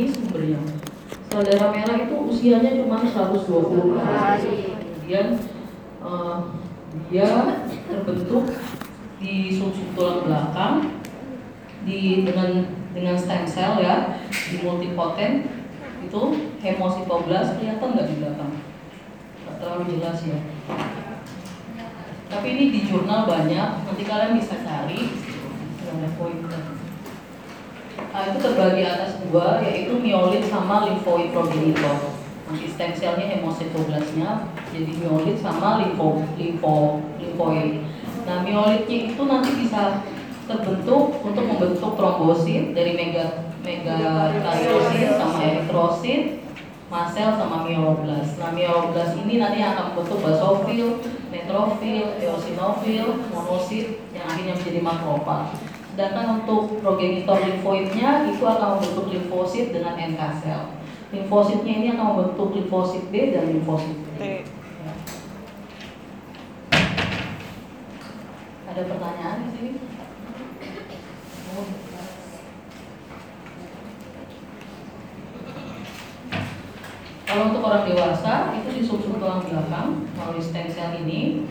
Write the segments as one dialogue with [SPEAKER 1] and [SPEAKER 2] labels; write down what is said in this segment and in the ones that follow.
[SPEAKER 1] ini sumbernya. Sel darah merah itu usianya cuma 120 hari. Kemudian dia terbentuk di sub tulang belakang dengan stem cell ya, di multipotent itu hemositoblas. Kelihatan nggak di belakang? Nggak terlalu jelas ya. Tapi ini di jurnal banyak, nanti kalian bisa cari. Ada pointer. Nah, itu terbagi atas dua, yaitu myelit sama limfoid progenitor. Nanti stem cellnya hemositoblasnya jadi myelit sama limfoid. Nah, myelitnya itu nanti bisa terbentuk untuk membentuk trombosit dari megakaryosit sama eritrosit, mast cell sama myeloblas. Nah, myeloblas ini nanti akan membentuk basofil, neutrofil, eosinofil, monosit yang akhirnya menjadi makrofag. Sedangkan untuk progenitor limfoidnya itu akan membentuk limfosit dengan NK cell. Limfositnya ini akan membentuk limfosit B dan limfosit T. Ada pertanyaan di sini? Kalau untuk orang dewasa itu di sub tulang belakang melalui stem cell ini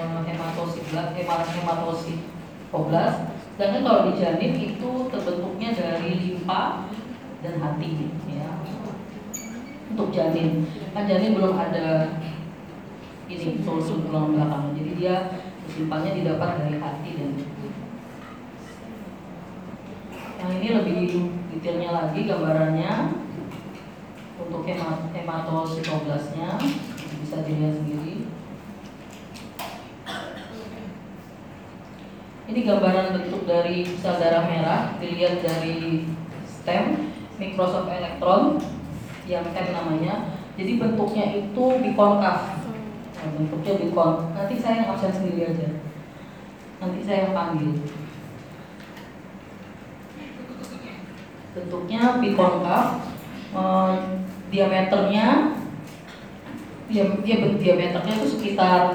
[SPEAKER 1] hematositoblas. Sedangkan kalau di janin itu terbentuknya dari limpa dan hati ya. Untuk janin, kan janin belum ada ini sub tulang belakang, jadi dia simpannya didapat dari hati dan yang ini lebih detailnya lagi gambarannya untuk hematositoblasnya bisa dilihat sendiri. Ini gambaran bentuk dari sel darah merah, dilihat dari stem Microsoft elektron yang stem namanya. Jadi bentuknya itu bikonkav. Nah, bentuknya bikon. Nanti saya yang absen sendiri aja. Nanti saya yang panggil. Bentuknya bikonkav. Diameternya diameternya itu sekitar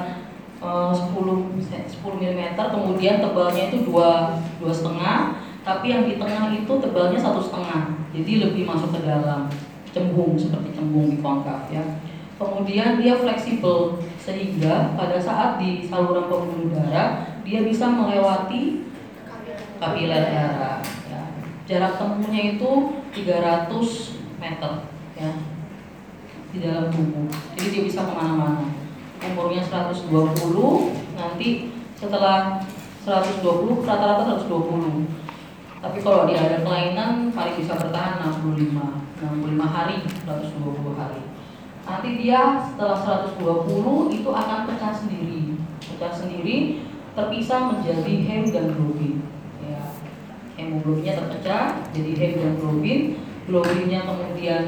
[SPEAKER 1] 10 mm, kemudian tebalnya itu 2,5, tapi yang di tengah itu tebalnya 1,5, jadi lebih masuk ke dalam, cembung seperti cembung bikonkav ya. Kemudian dia fleksibel sehingga pada saat di saluran pembuluh darah dia bisa melewati kapiler darah ya. Jarak tempuhnya itu 300 meter ya di dalam tubuh, jadi dia bisa kemana-mana. Umurnya 120, nanti setelah 120 rata-rata 120. Tapi kalau dia ada kelainan paling bisa bertahan 65 hari, 120 hari. Nanti dia setelah 120 itu akan pecah sendiri, terpisah menjadi hem dan globin. Ya, hemoglobinnya terpecah jadi hem dan globin, globinnya kemudian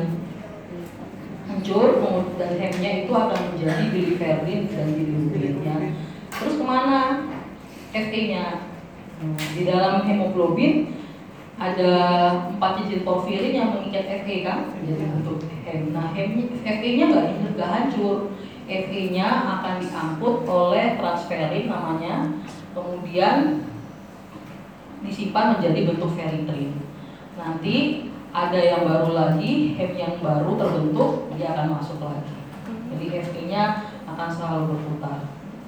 [SPEAKER 1] hancur, dan hemnya itu akan menjadi biliverdin dan bilirubin ya. Terus kemana Fe-nya? Di dalam hemoglobin ada 4 cincin porfirin yang mengikat Fe kan, menjadi bentuk hem. Nah, Fe-nya nggak hancur. Fe-nya akan diangkut oleh transferin namanya, kemudian disimpan menjadi bentuk ferritrin. Nanti ada yang baru lagi, hem yang baru terbentuk, dia akan masuk lagi. Jadi Fe-nya akan selalu berputar.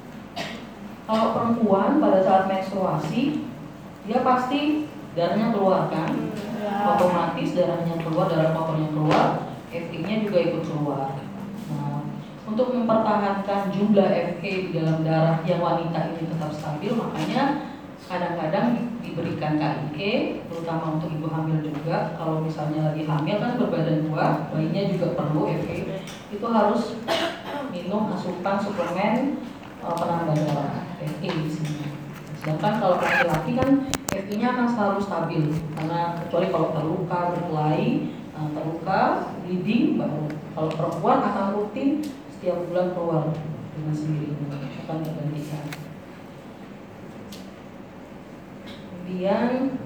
[SPEAKER 1] Kalau perempuan pada saat menstruasi, dia pasti darahnya keluar kan, otomatis darahnya keluar, darah kotornya keluar, Fe-nya juga ikut keluar. Nah, untuk mempertahankan jumlah Fe di dalam darah yang wanita ini tetap stabil, makanya kadang-kadang diberikan KIK, terutama untuk ibu hamil juga. Kalau misalnya lagi hamil kan berbadan 2, bayinya juga perlu Fe. Itu harus minum asupan suplemen penambah darah Fe di sini. Sedangkan kalau laki-laki kan Fe-nya akan selalu stabil, karena kecuali kalau terluka, berkelahi, terluka, bleeding baru. Kalau perempuan akan rutin setiap bulan keluar dengan sendirinya, akan tergantikan. Kemudian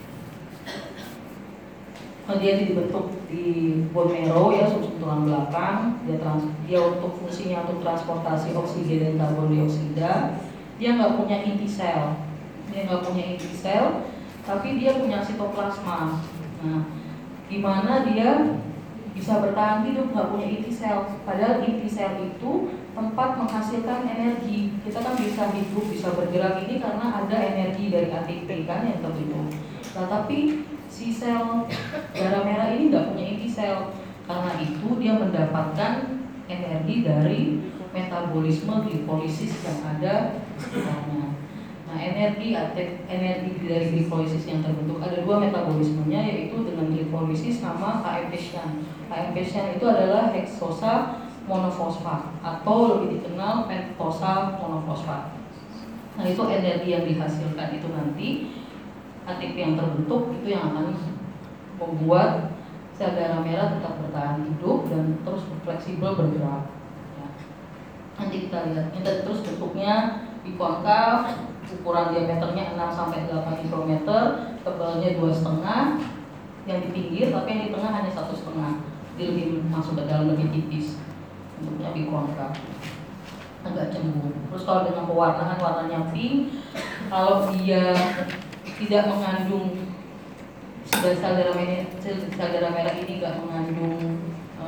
[SPEAKER 1] dia dibentuk di bone marrow ya, sub tulang belakang. Dia untuk fungsinya untuk transportasi oksigen dan karbon dioksida. Dia nggak punya inti sel, tapi dia punya sitoplasma. Nah, Gimana dia bisa bertahan hidup nggak punya inti sel? Padahal inti sel itu tempat menghasilkan energi. Kita kan bisa hidup, bisa bergerak ini karena ada energi dari ATP kan yang terbentuk. Nah tapi si sel darah merah ini nggak punya inti sel. Karena itu dia mendapatkan energi dari metabolisme glipolisis yang ada di sekitarnya. Nah, energi dari glipolisis yang terbentuk ada dua metabolismenya, yaitu dengan glipolisis sama KMP-syan. KMP-syan itu adalah heksosa monofosfat atau lebih dikenal pentosa monofosfat. Nah, itu energi yang dihasilkan itu nanti ATP yang terbentuk itu yang akan membuat sel darah merah tetap bertahan hidup dan terus fleksibel bergerak. Ya. Nanti kita lihat. Ini terus bentuknya bikonkav, ukuran diameternya 6-8 mikrometer, tebalnya 2,5, yang di pinggir, tapi yang di tengah hanya 1,5. Dia lebih masuk ke dalam, lebih tipis. Bentuknya bikonkav, agak cembung. Terus kalau dengan pewarnaan warnanya pink, kalau dia tidak mengandung sel darah merah ini nggak mengandung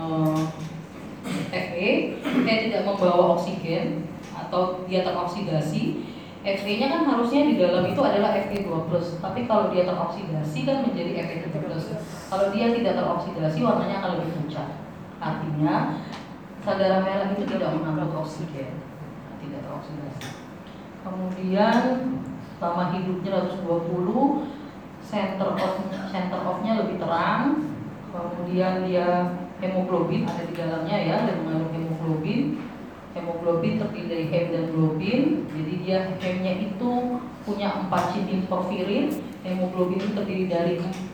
[SPEAKER 1] Fe, tidak membawa oksigen atau dia teroksidasi. Fe-nya kan harusnya di dalam itu adalah Fe2+, tapi kalau dia teroksidasi kan menjadi Fe3+. Kalau dia tidak teroksidasi warnanya akan lebih pucat. Artinya sel darah merah itu tidak mengandung oksigen, tidak teroksidasi. Kemudian selama hidupnya 120, center of-nya lebih terang. Kemudian dia hemoglobin ada di dalamnya ya, dan mengandung hemoglobin. Hemoglobin terdiri dari hem dan globin. Jadi dia hemnya itu punya 4 cincin porfirin. Hemoglobin itu terdiri dari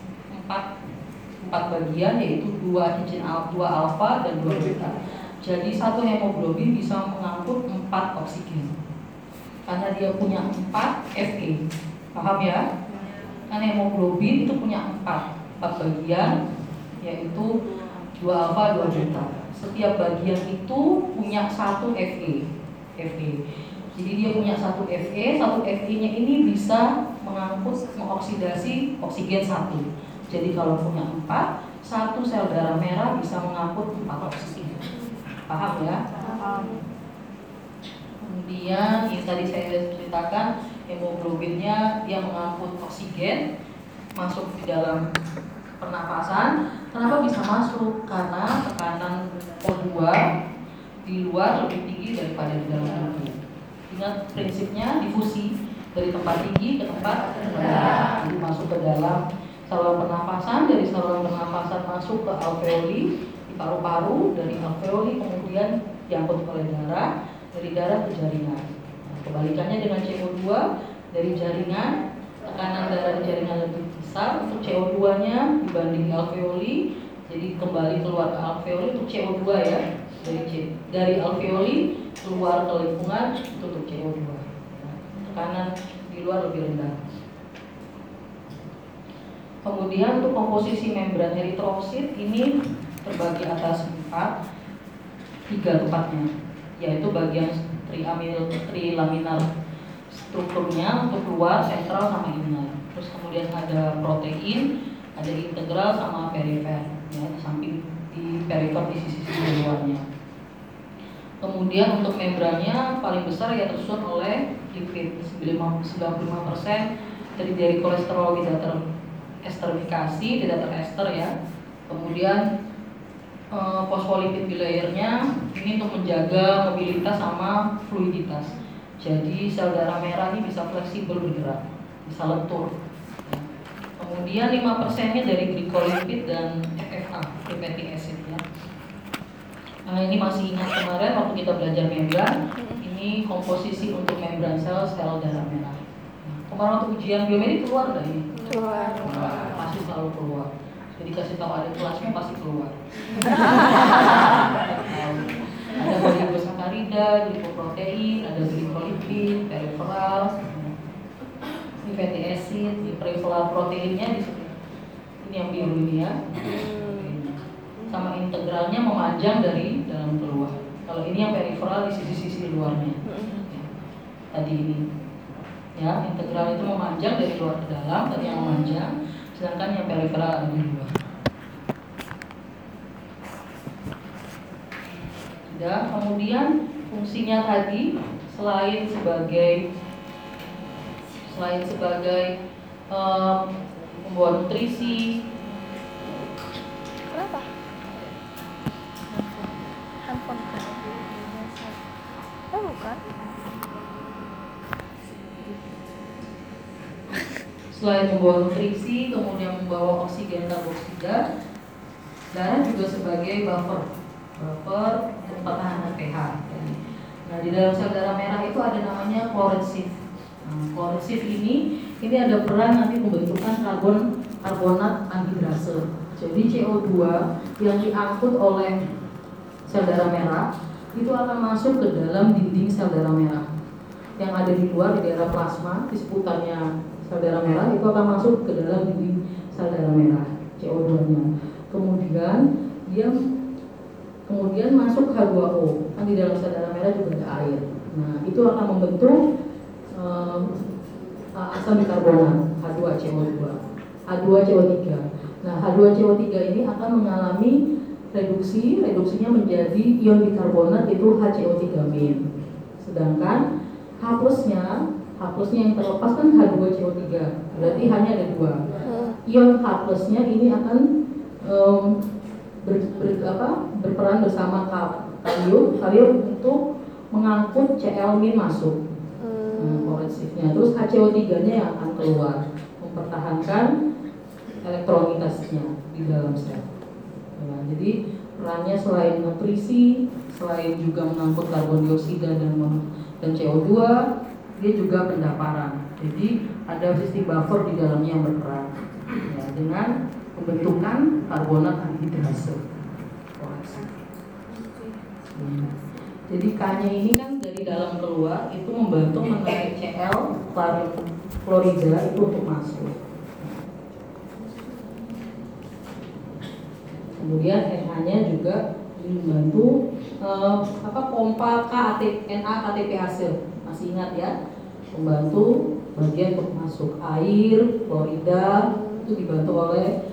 [SPEAKER 1] 4 bagian, yaitu 2 cincin 2 alfa dan 2 beta. Jadi satu hemoglobin bisa mengangkut 4 oksigen karena dia punya 4 Fe. Paham ya? Kan hemoglobin itu punya 4 bagian, yaitu 2 alfa, 2 beta. Setiap bagian itu punya 1 Fe. Jadi dia punya 1 Fe, 1 Fe-nya ini bisa mengoksidasi oksigen 1. Jadi kalau punya 4, satu sel darah merah bisa mengangkut 4 oksigen. Paham ya? Paham. Kemudian ini tadi saya ceritakan hemoglobinnya dia mengangkut oksigen masuk di dalam pernapasan. Kenapa bisa masuk? Karena tekanan O2 di luar lebih tinggi daripada di dalam tubuh. Ingat prinsipnya difusi dari tempat tinggi ke tempat rendah. Jadi masuk ke dalam saluran pernapasan, dari saluran pernapasan masuk ke alveoli di paru-paru, dari alveoli kemudian diangkut oleh darah, dari darah ke jaringan. Nah, kebalikannya dengan CO2, dari jaringan tekanan darah di jaringan lebih besar untuk CO2-nya dibanding alveoli. Jadi kembali keluar ke alveoli untuk CO2 ya, dari alveoli keluar ke lingkungan itu untuk CO2. Nah, tekanan di luar lebih rendah. Kemudian untuk komposisi membran eritrosit ini terbagi atas 3 tepatnya, yaitu bagian trilaminar strukturnya untuk luar, sentral, sama inner. Terus kemudian ada protein, ada integral sama perifer, ya, di samping di perifer di sisi luarnya. Kemudian untuk membrannya paling besar ya tersusun oleh lipid, 95% terdiri dari kolesterol tidak teresterifikasi, tidak terester ya. Kemudian fosfolipid bilayernya ini untuk menjaga mobilitas sama fluiditas. Jadi sel darah merah ini bisa fleksibel bergerak, bisa lentur. Kemudian 5%-nya dari glikolipid dan FFA, free fatty acid ya. Nah, ini masih ingat kemarin waktu kita belajar membran, ini komposisi untuk membran sel darah merah. Kemarin waktu ujian biomedik keluar nggak ini? Keluar. Pasti selalu keluar. Jadi kasih tahu ada kelasnya pasti keluar. Ada oligosakarida, glicoprotein, ada glikolipid, periferal, fatty acid, di periferal proteinnya di sini. Ini yang biru ini ya. Sama integralnya memanjang dari dalam keluar. Kalau ini yang periferal di sisi-sisi luarnya. Tadi ini. Ya, integral itu memanjang dari luar ke dalam, tadi yang memanjang, sedangkan yang periferal ada di luar. oksida. Kemudian fungsinya tadi selain sebagai pembawa nutrisi.
[SPEAKER 2] Kenapa? Handphone kan? Oh bukan.
[SPEAKER 1] Selain membawa nutrisi, kemudian membawa oksigen karboksida, darah juga sebagai buffer untuk pertahanan pH. Nah, di dalam sel darah merah itu ada namanya klorid. Klorid ini ada peran nanti pembentukan karbonat anhidrase. Jadi CO2 yang diangkut oleh sel darah merah itu akan masuk ke dalam dinding sel darah merah. Yang ada di luar di daerah plasma, di seputarnya sel darah merah itu akan masuk ke dalam dinding sel darah merah, CO2-nya. Kemudian masuk H2O. Kan di dalam sel darah merah juga ada air. Nah, itu akan membentuk asam bikarbonat H2CO2, H2CO3. Nah, H2CO3 ini akan mengalami reduksinya menjadi ion bikarbonat itu HCO3-. Sedangkan H+-nya yang terlepas kan H2CO3. Berarti hanya ada 2. Ion H+-nya ini akan berperan bersama kalium untuk mengangkut Cl- masuk. Koleksifnya. Terus HCO3-nya yang akan keluar mempertahankan elektronitasnya di dalam sel. Nah, jadi perannya selain nutrisi, selain juga mengangkut karbon dioksida dan CO2, dia juga pendaparan. Jadi ada sistem buffer di dalamnya yang berperan ya, dengan pembentukan karbonat anhidrase. Jadi K-nya ini kan dari dalam keluar itu membantu menarik Cl klorida itu untuk masuk. Kemudian NH-nya juga membantu pompa NA-KTPase. Masih ingat ya? Membantu bagian untuk masuk air, klorida itu dibantu oleh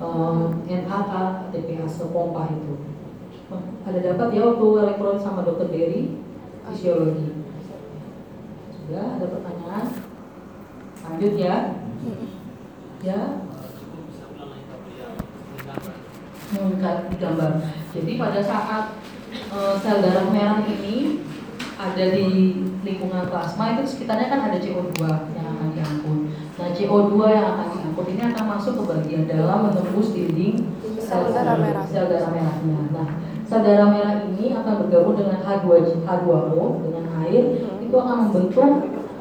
[SPEAKER 1] NA-KTPase pompa itu. Ada dapat ya waktu elektrolit sama Dr. Berry fisiologi. Sudah ada pertanyaan? Lanjut ya. Ya. Di gambar. Jadi pada saat sel darah merah ini ada di lingkungan plasma itu sekitarnya kan ada CO2 yang akan diangkut. Nah, CO2 yang akan diangkut ini akan masuk ke bagian dalam menembus dinding sel darah merahnya. Nah, sel darah merah ini akan bergabung dengan H2O dengan air, itu akan membentuk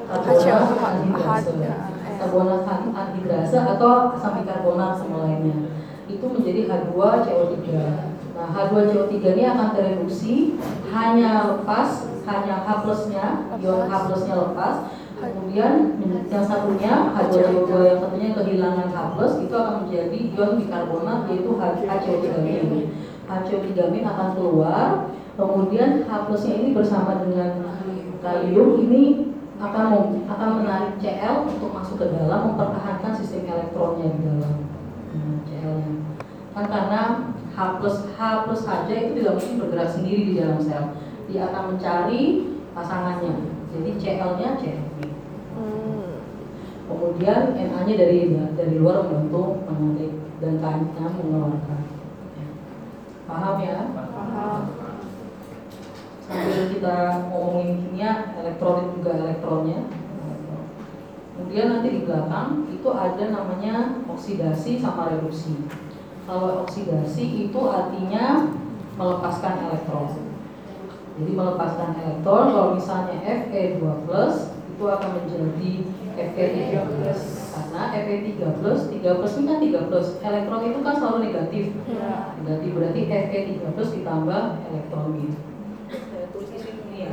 [SPEAKER 1] karbonat anhidrase atau asam bikarbonat sama lainnya. Itu menjadi H2CO3. Nah, H2CO3 ini akan tereduksi hanya H+-nya, ion H+-nya lepas. Kemudian yang satunya H2CO2 yang satunya kehilangan H+ itu akan menjadi ion bikarbonat yaitu HCO3-. HCO3- akan keluar. Kemudian H+-nya ini bersama dengan kalium ini akan menarik Cl untuk masuk ke dalam, mempertahankan sistem elektronnya di dalam. Cl-nya kan karena H+ saja itu tidak mungkin bergerak sendiri di dalam sel, dia akan mencari pasangannya, jadi Cl-nya Cl. Kemudian Na-nya dari luar membantu menarik dan K-nya mengeluarkan. Paham ya?
[SPEAKER 2] Paham.
[SPEAKER 1] Sambil kita ngomongin kimia, elektrolit juga elektronnya. Kemudian nanti di belakang itu ada namanya oksidasi sama reduksi. Kalau oksidasi itu artinya melepaskan elektron. Jadi melepaskan elektron, kalau misalnya Fe2+ itu akan menjadi Fe3+. Karena Fe3+, 3+ ini kan 3+. Elektron itu kan selalu negatif. Negatif berarti Fe3+ ditambah elektron gitu. Saya tulis di sini ya.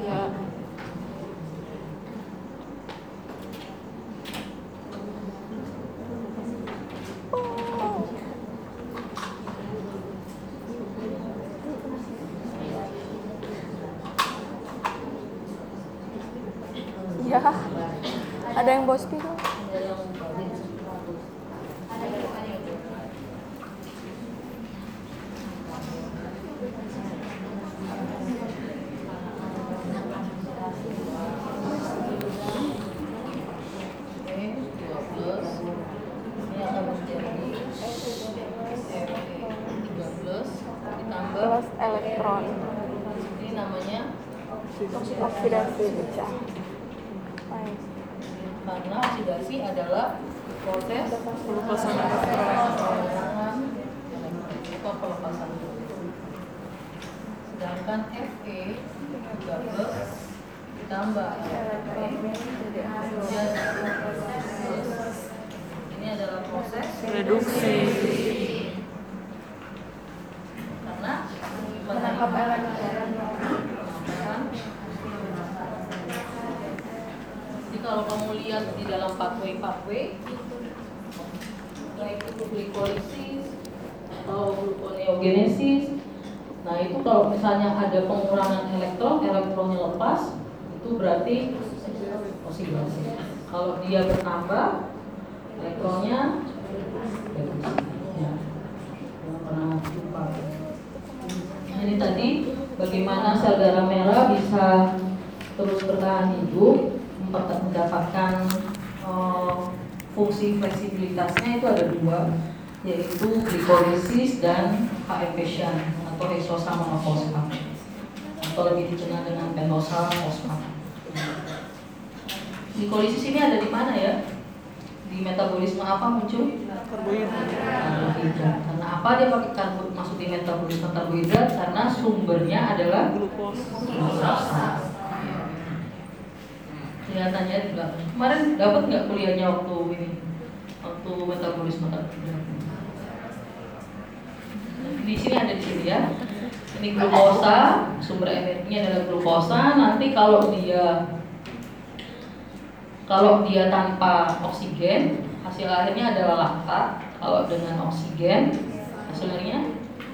[SPEAKER 2] Ya, ada yang bawa spidol. Plus elektron.
[SPEAKER 1] Ini namanya
[SPEAKER 2] Oksidasi pecah. Baik.
[SPEAKER 1] karena oksidasi adalah proses
[SPEAKER 2] Pelepasan elektron.
[SPEAKER 1] pelepasan atau pelepasan. Sedangkan Fe juga ditambah ini adalah proses
[SPEAKER 2] Reduksi.
[SPEAKER 1] karena
[SPEAKER 2] Menangkap elektron.
[SPEAKER 1] Jadi kalau kamu lihat di dalam pathway baik itu glikolisis atau gluconeogenesis, nah itu kalau misalnya ada pengurangan elektronnya lepas, itu berarti oksidasi. Kalau dia bertambah, elektronnya reduksi. Ya, jangan pernah lupa. Ini tadi bagaimana sel darah merah bisa terus bertahan hidup, mendapatkan fungsi fleksibilitasnya itu ada dua, yaitu glikolisis dan HF Shunt atau hexosa monofosfat atau lebih dikenal dengan pentosa fosfat. Glikolisis ini ada di mana ya? Di metabolisme apa muncul? Karbohidrat. Karena apa dia pakai karbohidrat masuk di metabolisme karbohidrat? Karena sumbernya adalah glukosa. Kelihatannya di belakang. Kemarin dapat nggak kuliahnya waktu metabolisme karbohidrat? Di sini ada di sini ya. Ini glukosa, sumber energinya adalah glukosa. Nanti kalau dia tanpa oksigen, hasil akhirnya adalah laktat. Kalau dengan oksigen, hasilnya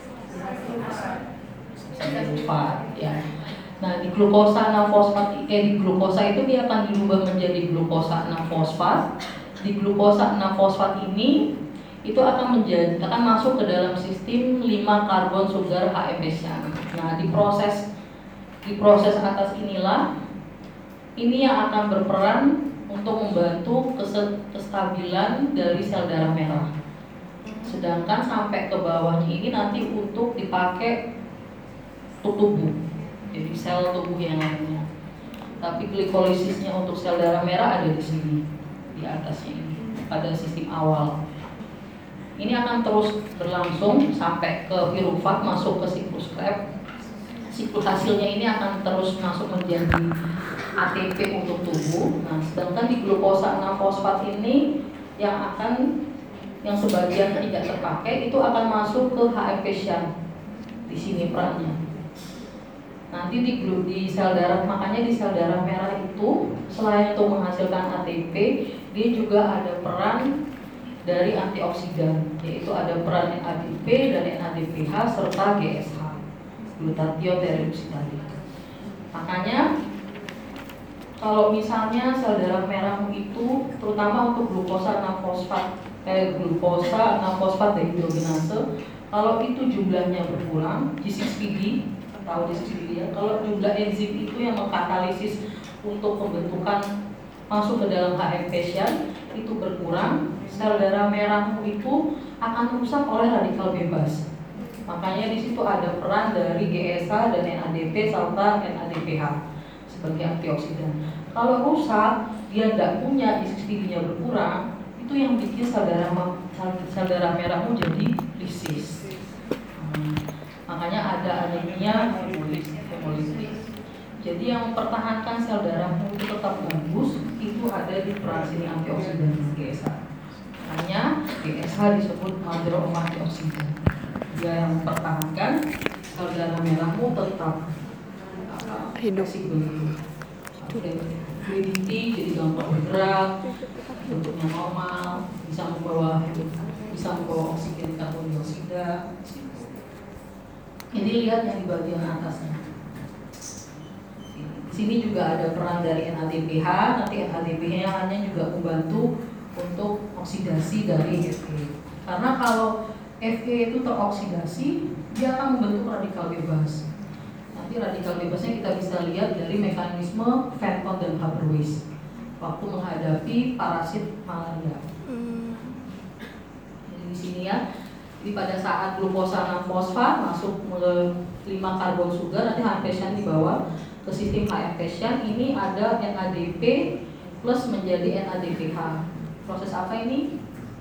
[SPEAKER 1] fosfat ya. Nah, di glukosa 6-fosfat di glukosa itu dia akan diubah menjadi glukosa 6-fosfat. Di glukosa 6-fosfat ini itu akan masuk ke dalam sistem 5 karbon sugar HF-nya. Nah, di proses atas inilah ini yang akan berperan untuk membantu kestabilan dari sel darah merah. Sedangkan sampai ke bawahnya ini nanti untuk dipakai untuk tubuh. Jadi sel tubuh yang lainnya. Tapi glikolisisnya untuk sel darah merah ada di sini, di atasnya ini, pada sistem awal. Ini akan terus berlangsung sampai ke pirufat, masuk ke siklus Krebs. Siklus hasilnya ini akan terus masuk menjadi ATP untuk tubuh. Nah, sedangkan di glukosa 6-fosfat ini yang sebagian tidak terpakai itu akan masuk ke HF Shunt. Di sini perannya. Nanti di sel darah, makanya di sel darah merah itu selain untuk menghasilkan ATP, dia juga ada peran dari antioksidan, yaitu ada peran NADP dan NADPH serta GSH, glutathione deoksiribose. Makanya kalau misalnya sel darah merahmu itu terutama untuk glukosa 6-fosfat dehidrogenase, kalau itu jumlahnya berkurang, G6PD, tahu G6PD ya, kalau jumlah enzim itu yang mengkatalisis untuk pembentukan masuk ke dalam HF Shunt itu berkurang, sel darah merahmu itu akan rusak oleh radikal bebas. Makanya di situ ada peran dari GSH dan NADP serta NADPH sebagai antioksidan. Kalau rusak, dia tidak punya G6PD-nya berkurang, itu yang bikin sel darah merahmu jadi lisis. Makanya ada anemia hemolitik. Jadi yang mempertahankan sel darahmu itu tetap bagus, itu ada di peran sini antioksidan GSH. Makanya GSH disebut mother of antioksidan. Dia yang mempertahankan sel darah merahmu tetap
[SPEAKER 2] hidup.
[SPEAKER 1] Fluidity jadi gampang bergerak, bentuknya normal, bisa membawa oksigen karbon dioksida. Ini lihat yang di bagian atasnya. Di sini juga ada peran dari NADPH. Nanti NADPH hanya juga membantu untuk oksidasi dari Fe. Karena kalau Fe itu teroksidasi, dia akan membentuk radikal bebas. Nanti radikal bebasnya kita bisa lihat dari mekanisme Fenton dan Haber-Weiss waktu menghadapi parasit malaria. Jadi di sini ya, Jadi pada saat glukosa 6 fosfat masuk ke 5 karbon sugar, nanti HF dibawa ke sistem HF patient, ini ada NADP plus menjadi NADPH. Proses apa ini?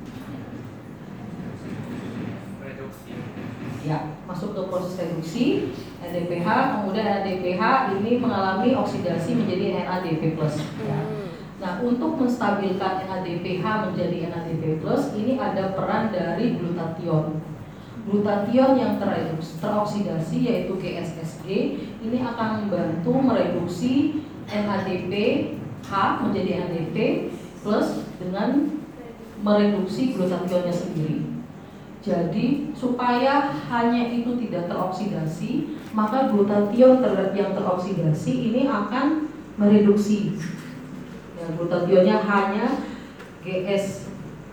[SPEAKER 1] Ya, masuk ke proses reduksi NADPH, kemudian NADPH ini mengalami oksidasi menjadi NADP+. Ya. Nah, untuk menstabilkan NADPH menjadi NADP+, ini ada peran dari glutathione. Glutathione yang teroksidasi yaitu GSSG ini akan membantu mereduksi NADPH menjadi NADP plus dengan mereduksi glutathione-nya sendiri. Jadi supaya hanya itu tidak teroksidasi, maka glutathione yang teroksidasi ini akan mereduksi. Ya, glutathione-nya hanya GS.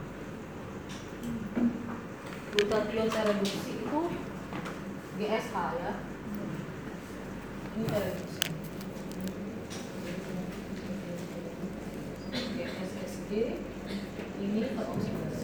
[SPEAKER 1] Glutathione tereduksi itu GSH ya. Ini tereduksi. GSSG ini teroksidasi.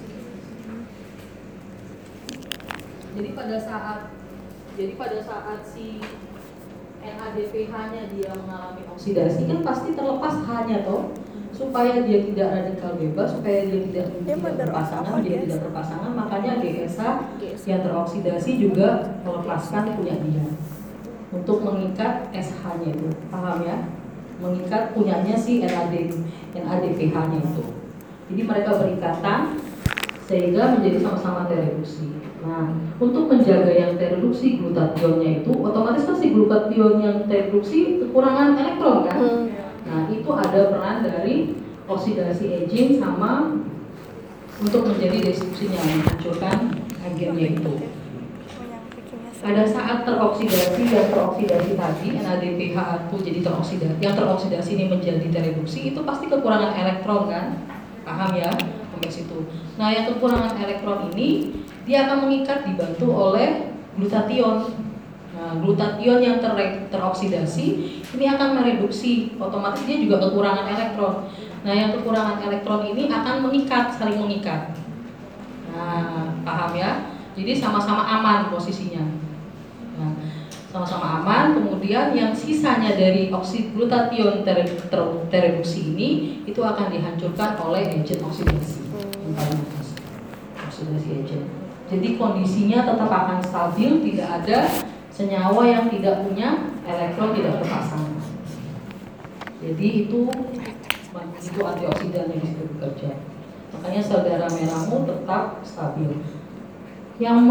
[SPEAKER 1] Jadi pada saat si NADPH-nya dia mengalami oksidasi kan pasti terlepas H-nya toh, supaya dia tidak radikal bebas, supaya dia tidak berpasangan, tidak berpasangan, makanya GSH yang teroksidasi juga melepaskan punya dia untuk mengikat SH-nya itu, paham ya? Mengikat punyanya si NADPH-nya itu. Jadi mereka berikatan sehingga menjadi sama-sama tereduksi. Nah, untuk menjaga yang tereduksi glutathione-nya itu, otomatis kan si glutathione yang tereduksi kekurangan elektron kan? Nah, itu ada peran dari oksidasi agent sama untuk menjadi destruksinya, menghancurkan agennya itu. Pada saat teroksidasi tadi NADPH itu jadi teroksidasi, yang teroksidasi ini menjadi tereduksi, itu pasti kekurangan elektron kan? Paham ya? Sampai situ. Nah, yang kekurangan elektron ini dia akan mengikat dibantu oleh glutathione. Nah, glutathione yang teroksidasi ini akan mereduksi, otomatis dia juga kekurangan elektron. Nah, yang kekurangan elektron ini akan mengikat, saling mengikat. Nah, paham ya? Jadi sama-sama aman posisinya. Nah, sama-sama aman. Kemudian yang sisanya dari glutathione tereduksi ini itu akan dihancurkan oleh agent oksidasi. Oksidasi agent. Jadi kondisinya tetap akan stabil, tidak ada senyawa yang tidak punya elektron tidak berpasangan. Jadi itu antioksidan yang bisa bekerja. Makanya sel darah merahmu tetap stabil. Yang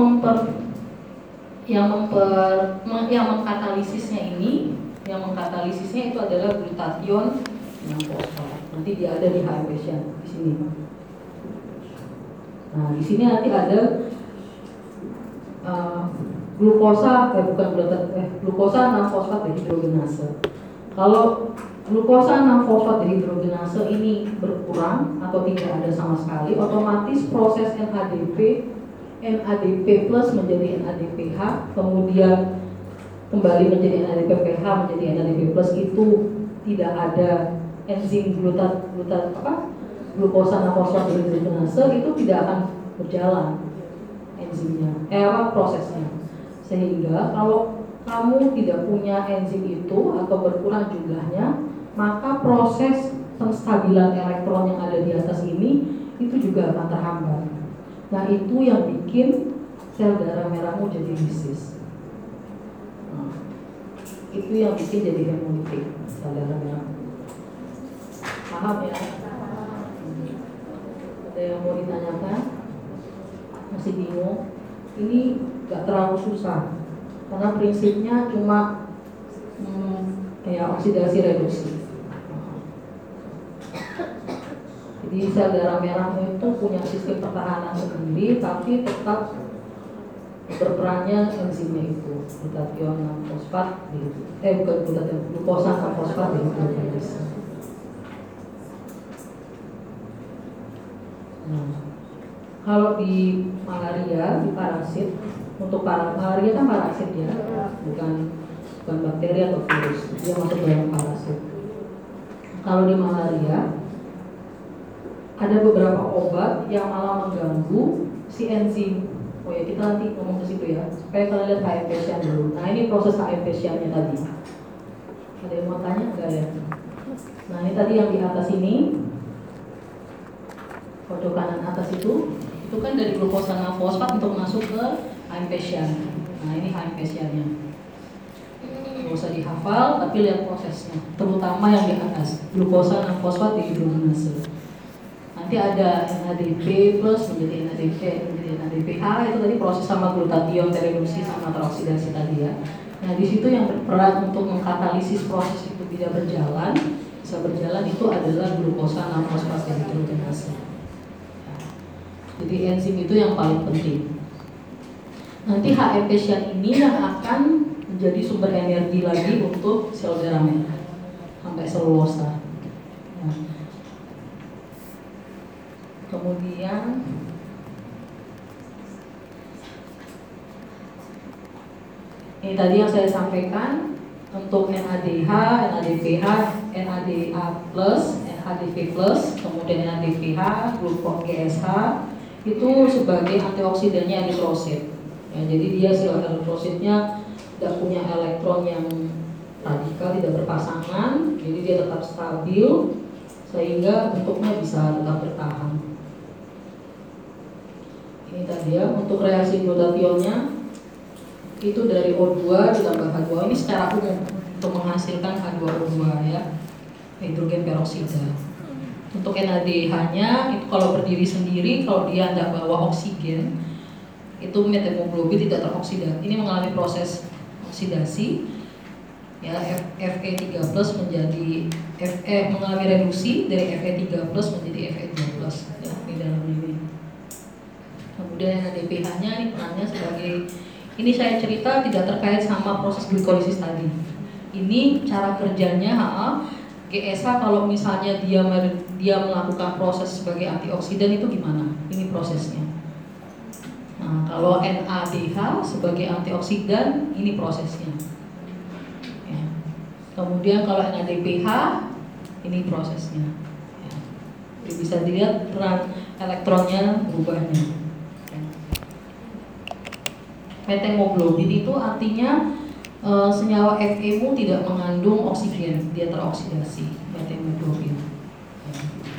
[SPEAKER 1] mengkatalisisnya itu adalah glutathione yang fosfat. Nanti dia ada di HF-nya di sini. Nah, di sini nanti ada glukosa 6 fosfat dehidrogenase. Kalau glukosa 6 fosfat dehidrogenase ini berkurang atau tidak ada sama sekali, otomatis proses NADP plus menjadi NADPH, kemudian kembali menjadi NADPH menjadi NADP plus, itu tidak ada enzim glukosa 6 fosfat dehidrogenase, itu tidak akan berjalan enzimnya, prosesnya. Sehingga kalau kamu tidak punya enzim itu atau berkurang jumlahnya, maka proses penstabilan elektron yang ada di atas ini itu juga akan terhambat. Nah, itu yang bikin sel darah merahmu jadi lisis. Nah, itu yang bikin jadi hemolitik sel darah merah. Paham ya? Ada yang mau ditanyakan? Masih bingung? Ini gak terlalu susah karena prinsipnya cuma oksidasi reduksi. Jadi sel darah merah itu punya sistem pertahanan sendiri, tapi tetap berperannya enzimnya itu glutathione 6 fosfat glukosa 6 fosfat dehidrogenase. Nah, kalau di malaria, di parasit, untuk malaria kan parasit ya, bukan bakteri atau virus, dia masuk dalam parasit. Kalau di malaria ada beberapa obat yang malah mengganggu si enzim Oh ya, kita nanti ngomong ke situ ya, supaya kalian lihat HM Passion dulu. Nah ini proses HM Passionnya tadi. Ada yang mau tanya? Enggak ya? Nah ini tadi yang di atas ini, kode kanan atas itu kan dari glukosa 6 fosfat untuk masuk ke HM Passion. Nah ini HM Passionnya. Nggak usah dihafal, tapi lihat prosesnya, terutama yang di atas, glukosa 6 fosfat dihidrogenase. Nanti ada NADP plus menjadi NADP menjadi NADPH, itu tadi proses sama glutathione tereduksi sama teroksidasi tadi ya. Nah di situ yang berperan untuk mengkatalisis proses itu bisa berjalan itu adalah glukosa 6 fosfat dehidrogenase. Jadi enzim itu yang paling penting. Nanti HM Passion ini yang akan menjadi sumber energi lagi untuk sel darah merah sampai selulosa. Nah, kemudian ini tadi yang saya sampaikan untuk NADH, NADPH, NADA+, NADP+, kemudian NADPH, glukon GSH itu sebagai antioksidannya eritrosit. Ya, jadi dia sel eritrositnya tidak punya elektron yang radikal, tidak berpasangan, jadi dia tetap stabil sehingga bentuknya bisa tetap bertahan. Ini tadi ya, untuk reaksi glutathione-nya itu dari O2 ditambah H2. Ini secara umum untuk menghasilkan H2O2 ya, hidrogen peroksida. Untuk NADH-nya itu kalau berdiri sendiri, kalau dia tidak bawa oksigen, itu methemoglobin tidak teroksida. Ini mengalami proses oksidasi ya, Fe3+ menjadi mengalami reduksi dari Fe3+ menjadi Fe2+ ya, di dalam ini. Kemudian NADPH-nya ini perannya sebagai, ini saya cerita tidak terkait sama proses glikolisis tadi. Ini cara kerjanya GSH kalau misalnya dia melakukan proses sebagai antioksidan itu gimana? Ini prosesnya. Nah, kalau NADH sebagai antioksidan, ini prosesnya. Ya. Kemudian kalau NADPH, ini prosesnya. Ya. Jadi bisa dilihat peran elektronnya berubahnya. Ya. Methemoglobin itu artinya senyawa Fe-mu tidak mengandung oksigen, dia teroksidasi, methemoglobin. Ya.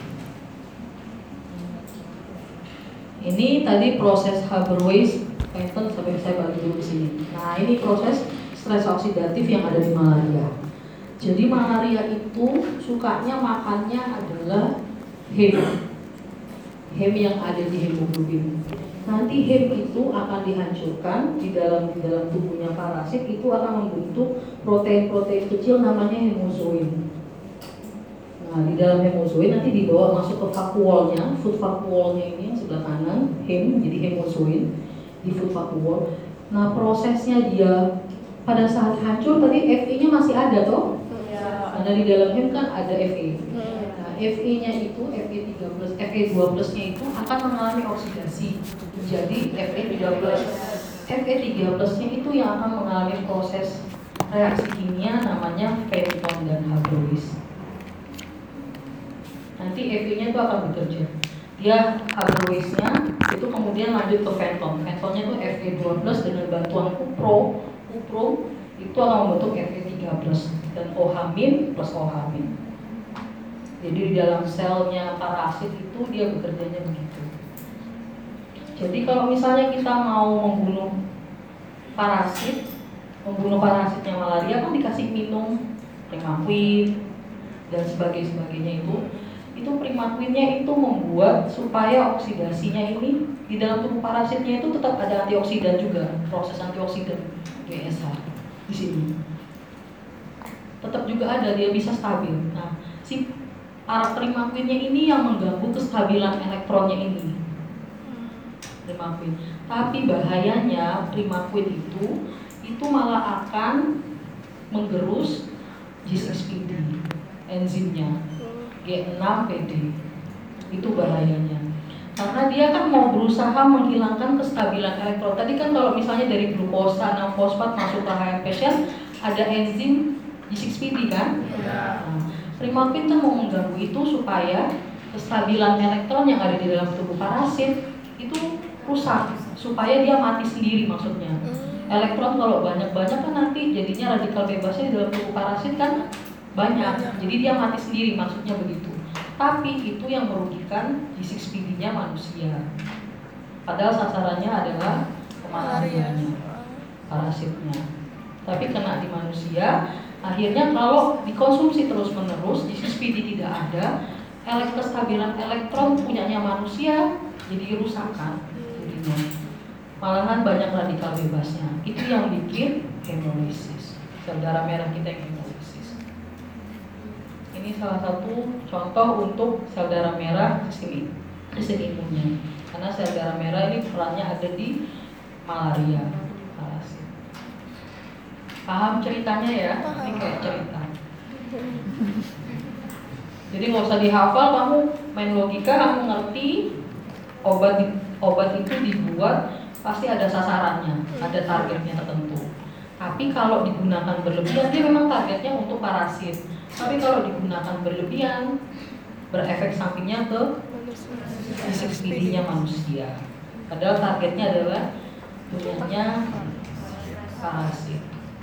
[SPEAKER 1] Ini tadi proses Haber-Weis-Fenton, sampai saya balik dulu ke sini. Nah, ini proses stres oksidatif yang ada di malaria. Jadi malaria itu sukanya makannya adalah hem yang ada di hemoglobin. Nanti hem itu akan dihancurkan di dalam tubuhnya parasit, itu akan membentuk protein-protein kecil namanya hemozoin. Nah, di dalam hemozoin nanti dibawa masuk ke vakuolnya, food vakuolnya ini yang sebelah kanan, hem, jadi hemozoin di food vakuol. Nah, prosesnya dia pada saat hancur tadi Fe-nya masih ada toh? Ya. Karena di dalam hem kan ada Fe. Nah, Fe-nya itu Fe3+, Fe2+-nya itu akan mengalami oksidasi. Jadi Fe3+. Fe3+-nya itu yang akan mengalami proses reaksi kimia namanya Fenton dan Haber-Weis. Nanti Fe-nya itu akan bekerja. Dia Haber-Weis-nya itu kemudian lanjut ke Fenton. Fentonnya itu Fe2+ dengan bantuan kupro itu akan membentuk Fe3+ dan OH- plus OH-. Jadi di dalam selnya parasit itu dia bekerjanya begitu. Jadi kalau misalnya kita mau membunuh parasitnya malaria kan dikasih minum primaquin dan sebagainya itu primaquinnya itu membuat supaya oksidasinya ini di dalam tubuh parasitnya itu tetap ada antioksidan juga, proses antioksidan GSH di sini tetap juga ada, dia bisa stabil. Nah, si primaquinnya ini yang mengganggu kestabilan elektronnya ini, primaquin. Tapi bahayanya primaquin itu malah akan menggerus G6PD enzimnya G6PD. Itu bahayanya. Karena dia kan mau berusaha menghilangkan kestabilan elektron. Tadi kan kalau misalnya dari glukosa 6 fosfat masuk ke HM Passion ada enzim G6PD kan? Ya. Nah, primaquin kan mau mengganggu itu supaya kestabilan elektron yang ada di dalam tubuh parasit itu rusak. supaya dia mati sendiri maksudnya. Elektron kalau banyak-banyak kan nanti jadinya radikal bebasnya di dalam tubuh parasit kan banyak. Jadi dia mati sendiri maksudnya begitu. Tapi itu yang merugikan G6PD-nya manusia. Padahal sasarannya adalah kemalarianya, parasitnya. Tapi kena di manusia, akhirnya kalau dikonsumsi terus-menerus, G6PD tidak ada, kestabilan elektron punyanya manusia jadi rusak kan jadinya. Malahan banyak radikal bebasnya. Itu yang bikin hemolisis. Sel darah merah kita yang hemolisis. Ini salah satu contoh untuk sel darah merah sistem imunnya. Karena sel darah merah ini perannya ada di malaria, parasit. Paham ceritanya ya? Ini kayak cerita. Jadi nggak usah dihafal, kamu main logika, kamu ngerti obat itu dibuat pasti ada sasarannya, ada targetnya tertentu. Tapi kalau digunakan berlebihan, dia memang targetnya untuk parasit. Tapi kalau digunakan berlebihan, berefek sampingnya ke G6PD-nya manusia. Padahal targetnya adalah punyanya parasit.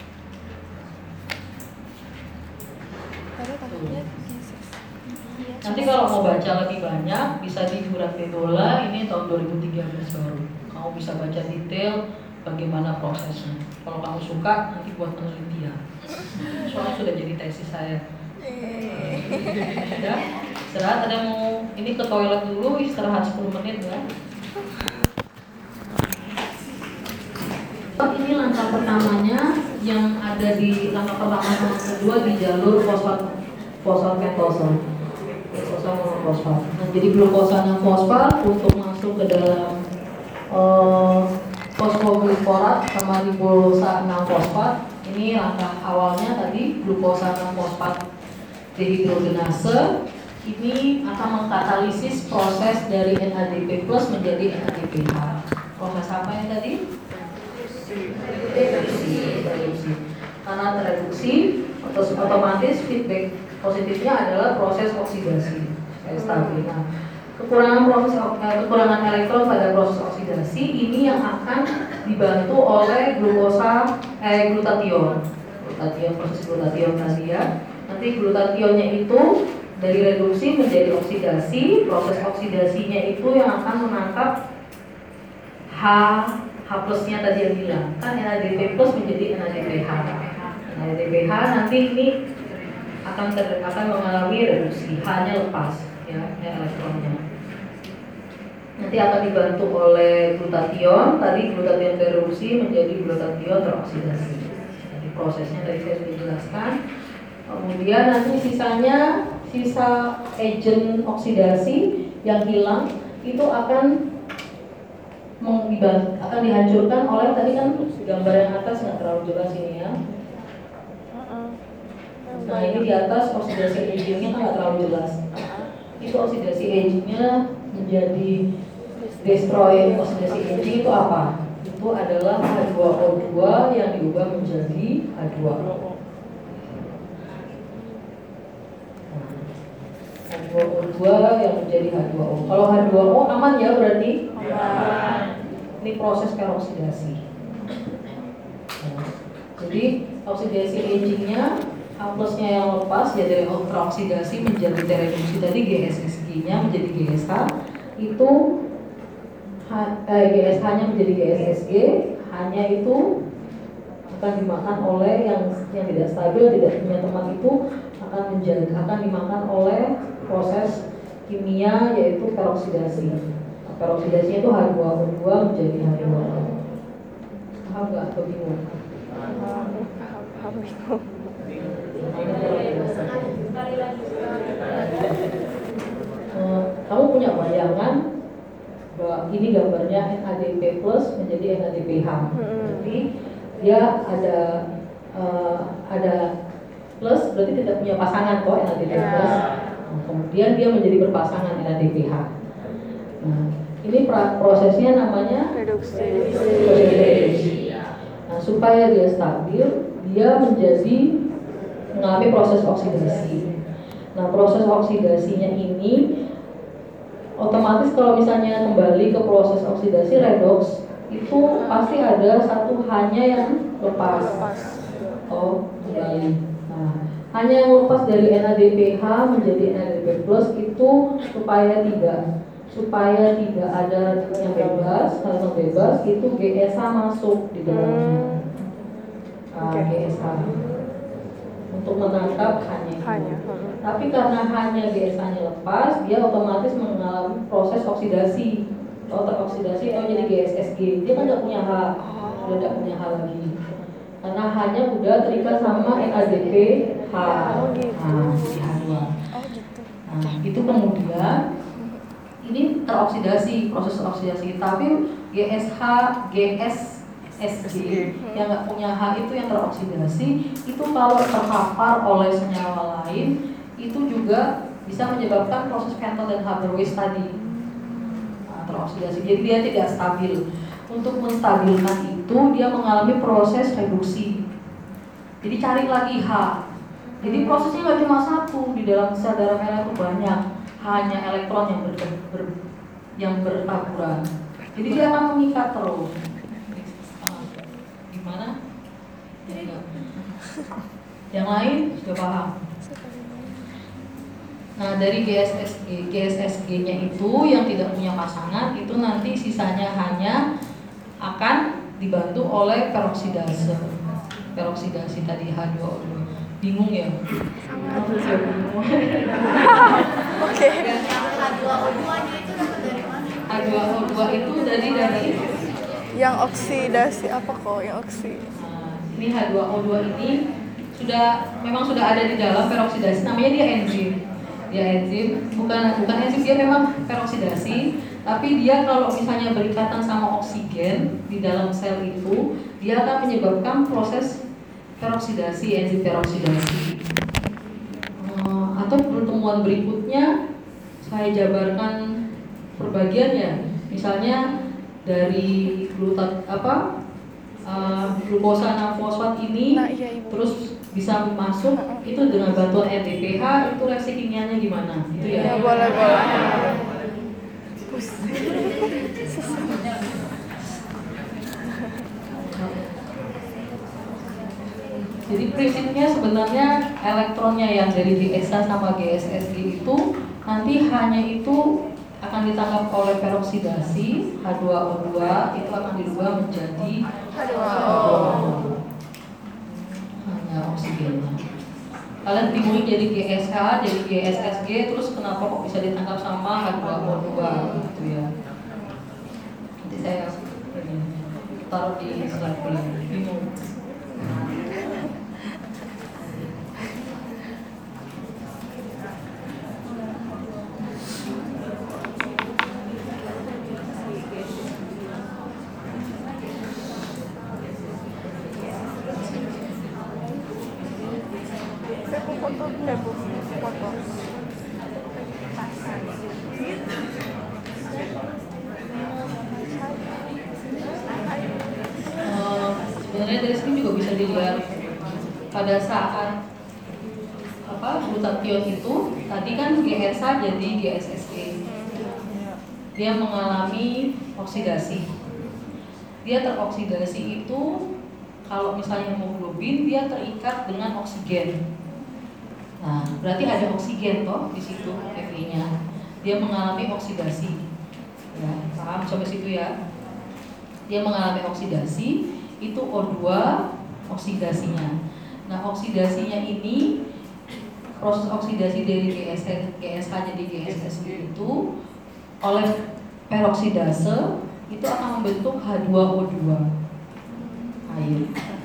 [SPEAKER 1] Nanti kalau mau baca lebih banyak bisa di Gurat Bedola, ini tahun 2013 baru. Kamu bisa baca detail bagaimana prosesnya. Kalau kamu suka nanti buat penelitian. Soalnya sudah jadi tesis saya. Ya, istirahat. Ada mau ini ke toilet dulu, istirahat 10 menit ya. Ini langkah pertamanya yang ada di langkah pertama sama kedua di jalur fosfat metosol. Glukosa monofosfat. Nah, jadi glukosanya fosfat untuk masuk ke dalam fosfogliforat sama ribosa 6 fosfat. Ini langkah awalnya tadi glukosa 6 fosfat dehidrogenase. Ini akan mengkatalisis proses dari NADP+ menjadi NADPH. Proses apa yang tadi? Reduksi. Karena tereduksi, otomatis feedback positifnya adalah proses oksidasi stabil. Nah, kekurangan elektron pada proses oksidasi ini yang akan dibantu oleh glutathione. Proses glutathione tadi ya. Nanti glutathionnya itu dari reduksi menjadi oksidasi. Proses oksidasinya itu yang akan menangkap H plusnya tadi yang bilang kan NADP+ menjadi NADPH. NADPH nanti ini akan mengalami reduksi, H-nya lepas ya elektronnya. Nanti akan dibantu oleh glutathione, tadi glutathione tereduksi menjadi glutathione teroksidasi. Jadi prosesnya tadi saya sudah jelaskan. Kemudian nanti sisa agent oksidasi yang hilang itu akan dihancurkan oleh tadi kan gambar yang atas nggak terlalu jelas ini ya. Nah ini di atas oksidasi agingnya kan nggak terlalu jelas. Itu oksidasi agingnya menjadi destroy oksidasi aging itu apa? Itu adalah H2O2 yang diubah menjadi H2O. H2O2 yang menjadi H2O. Kalau H2O aman ya berarti? Aman. Ini proses peroksidasi. Nah, jadi oksidasi agingnya H plusnya yang lepas ya dari teroksidasi menjadi tereduksi tadi GSSG-nya menjadi GSH itu GSH-nya menjadi GSSG, hanya itu akan dimakan oleh yang tidak stabil, tidak punya tempat itu akan dimakan oleh proses kimia yaitu peroksidasi. Peroksidasinya itu H2O2 menjadi H2O. Paham nggak atau bingung?
[SPEAKER 2] Paham.
[SPEAKER 1] Kamu punya bayangan bahwa ini gambarnya NADP+ menjadi NADPH. Jadi dia ada plus berarti tidak punya pasangan kok NADP+. Kemudian dia menjadi berpasangan NADPH. Nah, ini prosesnya namanya reduksi. Nah, supaya dia stabil, dia mengalami proses oksidasi. Nah, proses oksidasinya ini otomatis kalau misalnya kembali ke proses oksidasi redoks, itu pasti ada satu H-nya yang lepas.
[SPEAKER 2] Lepas.
[SPEAKER 1] Oh, kembali. Nah, hanya yang lepas dari NADPH menjadi NADP plus itu supaya tidak ada yang bebas, hal yang bebas itu GSH masuk di dalamnya. GSH untuk menangkap hanya itu.
[SPEAKER 2] Hanya.
[SPEAKER 1] Tapi karena hanya GSH-nya lepas, dia otomatis mengalami proses oksidasi. Kalau teroksidasi, jadi GSSG. Dia kan tidak punya H, sudah tidak punya H lagi. Karena hanya udah terikat sama NADPH.
[SPEAKER 2] Oh gitu.
[SPEAKER 1] Nah, di H2.
[SPEAKER 2] Oh gitu.
[SPEAKER 1] Nah, itu kemudian ini teroksidasi, proses oksidasi. Tapi GSH, GSSG yang nggak punya H itu yang teroksidasi, itu kalau terpapar oleh senyawa lain, itu juga bisa menyebabkan proses Penton dan Haber-Weiss tadi. Teroksidasi, jadi dia tidak stabil. Untuk menstabilkan itu dia mengalami proses reduksi. Jadi cari lagi H. Jadi prosesnya nggak cuma satu, di dalam sel darah merah itu banyak, hanya elektron yang bertaburan. Jadi dia akan mengikat terus. Gimana? Yang lain sudah paham? Nah, dari GSSG-nya itu yang tidak punya pasangan itu nanti sisanya hanya akan dibantu oleh peroksidase. Peroksidasi tadi H2O2. Bingung ya?
[SPEAKER 2] Sangat.
[SPEAKER 3] Oke. H2O2-nya itu dapat dari mana?
[SPEAKER 1] H2O2 itu dari
[SPEAKER 2] Yang oksidasi apa kok? Yang oksi.
[SPEAKER 1] ini H2O2 ini memang sudah ada di dalam peroksidasi, namanya dia enzim. Dia enzim, bukan enzim, dia memang peroksidasi, tapi dia kalau misalnya berikatan sama oksigen di dalam sel itu, dia akan menyebabkan proses peroksidasi, enzim peroksidasi. Atau pertemuan berikutnya saya jabarkan perbagiannya, misalnya dari glukosa 6 fosfat ini, terus bisa masuk itu dengan bantuan NADPH, itu reaksi kimianya gimana? Itu ya?
[SPEAKER 2] Ya boleh.
[SPEAKER 1] Jadi prinsipnya sebenarnya elektronnya yang dari GSH sama GSSG itu nanti hanya itu akan ditangkap oleh peroksidasi H2O2, itu akan dirubah menjadi
[SPEAKER 2] H2O.
[SPEAKER 1] hanya oksigennya. Kalian bingungin jadi GSH, jadi GSSG, terus kenapa kok bisa ditangkap sama H2O2 gitu ya? Nanti saya taruh di slide ini. Bingung. Sebenarnya dari sini juga bisa dilihat pada saat glutathione itu tadi kan GSH jadi GSSG, dia mengalami oksidasi. Dia teroksidasi itu kalau misalnya hemoglobin dia terikat dengan oksigen. Nah, berarti ada oksigen toh di situ Fe-nya. Dia mengalami oksidasi. Ya, paham sampai situ ya? Dia mengalami oksidasi, itu O2 oksidasinya. Nah, oksidasinya ini proses oksidasi dari GSH jadi GSSG itu oleh peroksidase itu akan membentuk H2O2 air.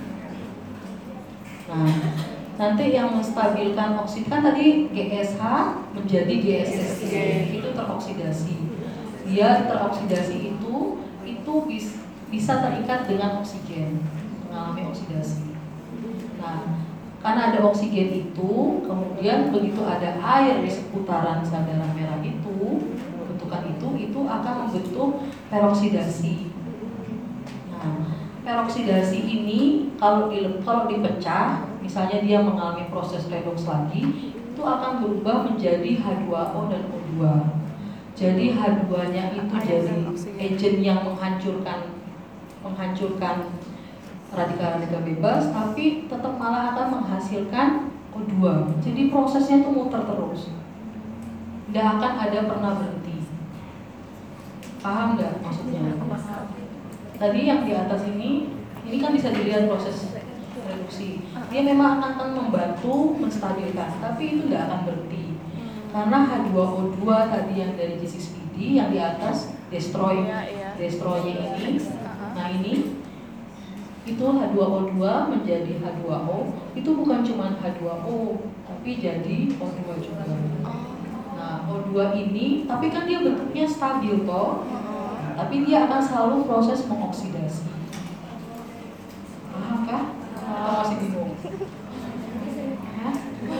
[SPEAKER 1] Nah, nanti yang menstabilkan oksigen tadi GSH menjadi GSSG itu teroksidasi. Dia teroksidasi itu bisa terikat dengan oksigen, mengalami oksidasi. Nah, karena ada oksigen itu, kemudian begitu ada air di seputaran sel darah merah itu, bentukan itu akan membentuk peroksidasi. Nah, peroksidasi ini kalau dipecah, misalnya dia mengalami proses redoks lagi, itu akan berubah menjadi H2O dan O2. Jadi H2-nya itu jadi agent yang menghancurkan menghancurkan radikal-radikal bebas, tapi tetap malah akan menghasilkan O2. Jadi prosesnya itu muter terus, nggak akan ada pernah berhenti. Paham nggak maksudnya? Tadi yang di atas ini kan bisa dilihat proses reduksi. Dia memang akan membantu menstabilkan, tapi itu nggak akan berhenti. Karena H2O2 tadi yang dari G6PD yang di atas destroy-nya ini. Nah ini itu H2O2 menjadi H2O, itu bukan cuma H2O, tapi jadi O2 juga. Nah O2 ini, tapi kan dia bentuknya stabil toh, tapi dia akan selalu proses mengoksidasi. Paham kah? Atau masih bingung? Hah?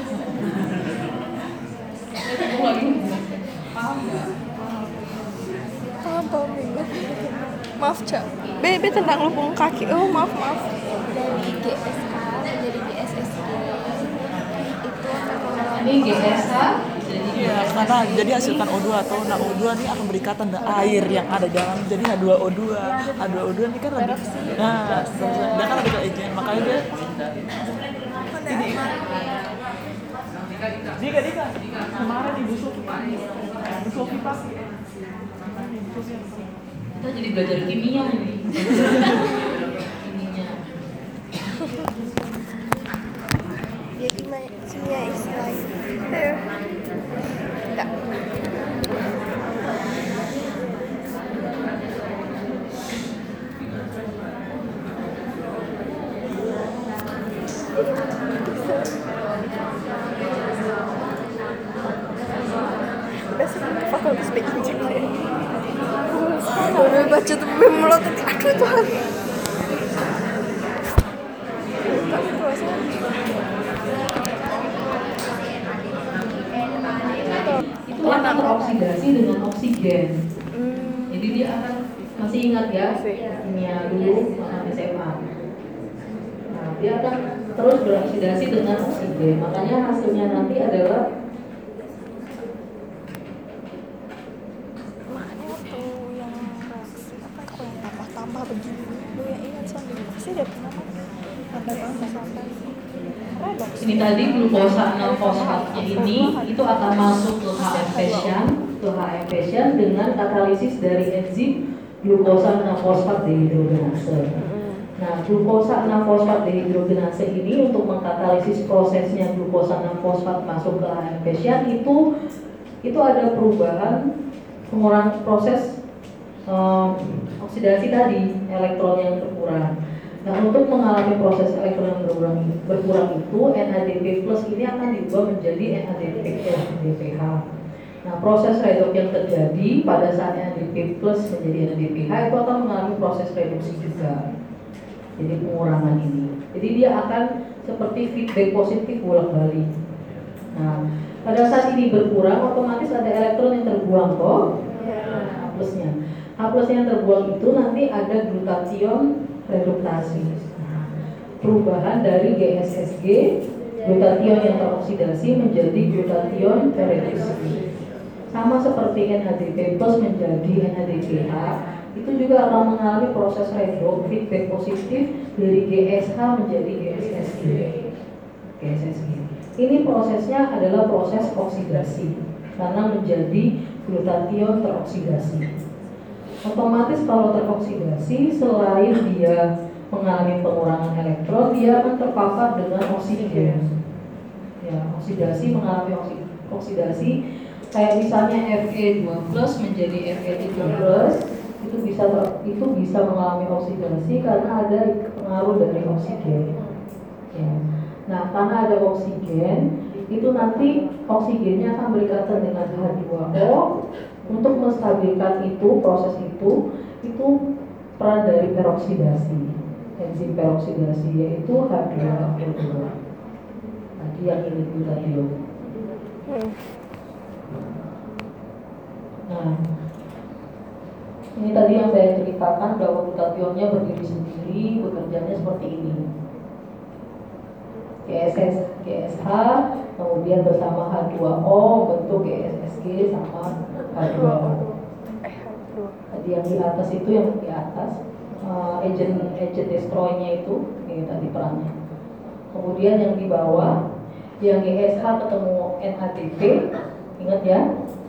[SPEAKER 1] Saya bingung lagi. Paham nggak?
[SPEAKER 2] Paham bingung. Maaf Cak. Bebe tentang lubang kaki. Oh maaf.
[SPEAKER 3] Dari GSK menjadi GSSG itu
[SPEAKER 1] Ini GSH jadi
[SPEAKER 4] Iya, karena jadi hasilkan O2 atau nah O2 ini akan berikatan dengan air yang ada dalam, jadi H2O2. H2O2 ini kan lebih, nah, dia kan radikal egen, makanya dia ini. Dika, kemarin Ibu Sofi pagi.
[SPEAKER 1] kita jadi belajar kimia ini. Ininya.
[SPEAKER 2] Ya kimia istilah. Enggak. Besok fakultas bikin cek deh. Udah baca tuh melotot. Aduh Tuhan.
[SPEAKER 1] Itu akan teroksidasi dengan oksigen. Jadi dia akan, masih ingat ya kimia dulu SMA. Nah, dia akan terus beroksidasi dengan oksigen. Makanya hasilnya nanti adalah
[SPEAKER 2] Makanya waktu yang reaksi apa kok yang tambah begini lu yang ingat soalnya pasti dia pernah sampai redox.
[SPEAKER 1] ini tadi glukosa 6 fosfatnya ini itu akan masuk ke HF fashion dengan katalisis dari enzim glukosa 6 fosfat dehidrogenase. Nah, glukosa 6 fosfat dehidrogenase ini untuk mengkatalisis prosesnya glukosa 6 fosfat masuk ke HF fashion itu ada perubahan pengurangan proses oksidasi tadi, elektron yang berkurang. Nah, untuk mengalami proses elektron yang berkurang itu NADP plus ini akan diubah menjadi NADPH. Nah, proses redoks yang terjadi pada saat NADP plus menjadi NADPH itu akan mengalami proses reduksi juga. Jadi pengurangan ini. Jadi dia akan seperti feedback positif bolak-balik. Nah, pada saat ini berkurang otomatis ada elektron yang terbuang kok. H plusnya. H plusnya yang terbuang itu nanti ada glutation reduktasi. Perubahan dari GSSG glutation yang teroksidasi menjadi glutation reduksi. Sama seperti NADP plus menjadi NADPH, itu juga akan mengalami proses redoks feedback positif dari GSH menjadi GSSG. Ini prosesnya adalah proses oksidasi karena menjadi glutation teroksidasi. Otomatis kalau teroksidasi, selain dia mengalami pengurangan elektron, dia akan terpapar dengan oksigen. Ya, oksidasi mengalami oksidasi kayak misalnya Fe2+ menjadi Fe3+, itu bisa mengalami oksidasi karena ada pengaruh dari oksigen. Ya. Nah, karena ada oksigen, itu nanti oksigennya akan berikatan dengan H2O untuk menstabilkan itu, proses itu peran dari peroksidasi, enzim peroksidasi yaitu H2O2. Tadi yang ini glutation. Nah, ini tadi yang saya ceritakan bahwa glutationnya berdiri sendiri, bekerjanya seperti ini. GSH kemudian bersama H2O bentuk GSSG sama H2O. Tadi yang di atas itu yang di atas agent destroy-nya itu, ini tadi perannya. Kemudian yang di bawah, yang GSH ketemu NADP, ingat ya.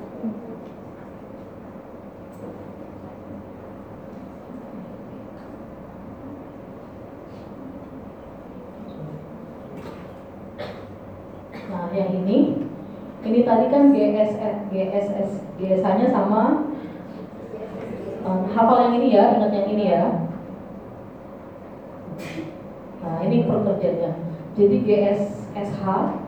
[SPEAKER 1] Nah, yang ini tadi kan GSH-nya sama. Hafal yang ini ya, ingat yang ini ya. Nah, ini pekerjaannya. Jadi GSSG,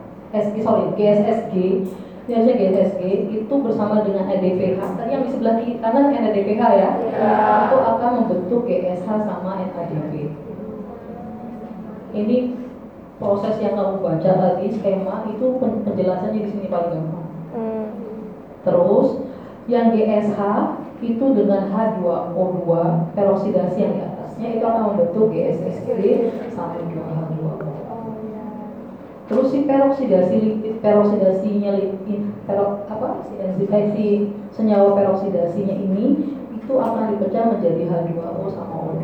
[SPEAKER 1] ini harusnya GSSG itu bersama dengan NADPH. Tadi yang di sebelah kanan NADPH ya, itu akan membentuk GSH sama NADP. Ini proses yang kamu baca tadi, skema itu penjelasannya di sini paling gampang. Terus yang GSH itu dengan H2O2 peroksidasi yang di atasnya itu akan membentuk GSSG sama 2H2O. Terus si peroksidasinya si senyawa peroksidasinya ini itu akan dipecah menjadi H2O sama O2.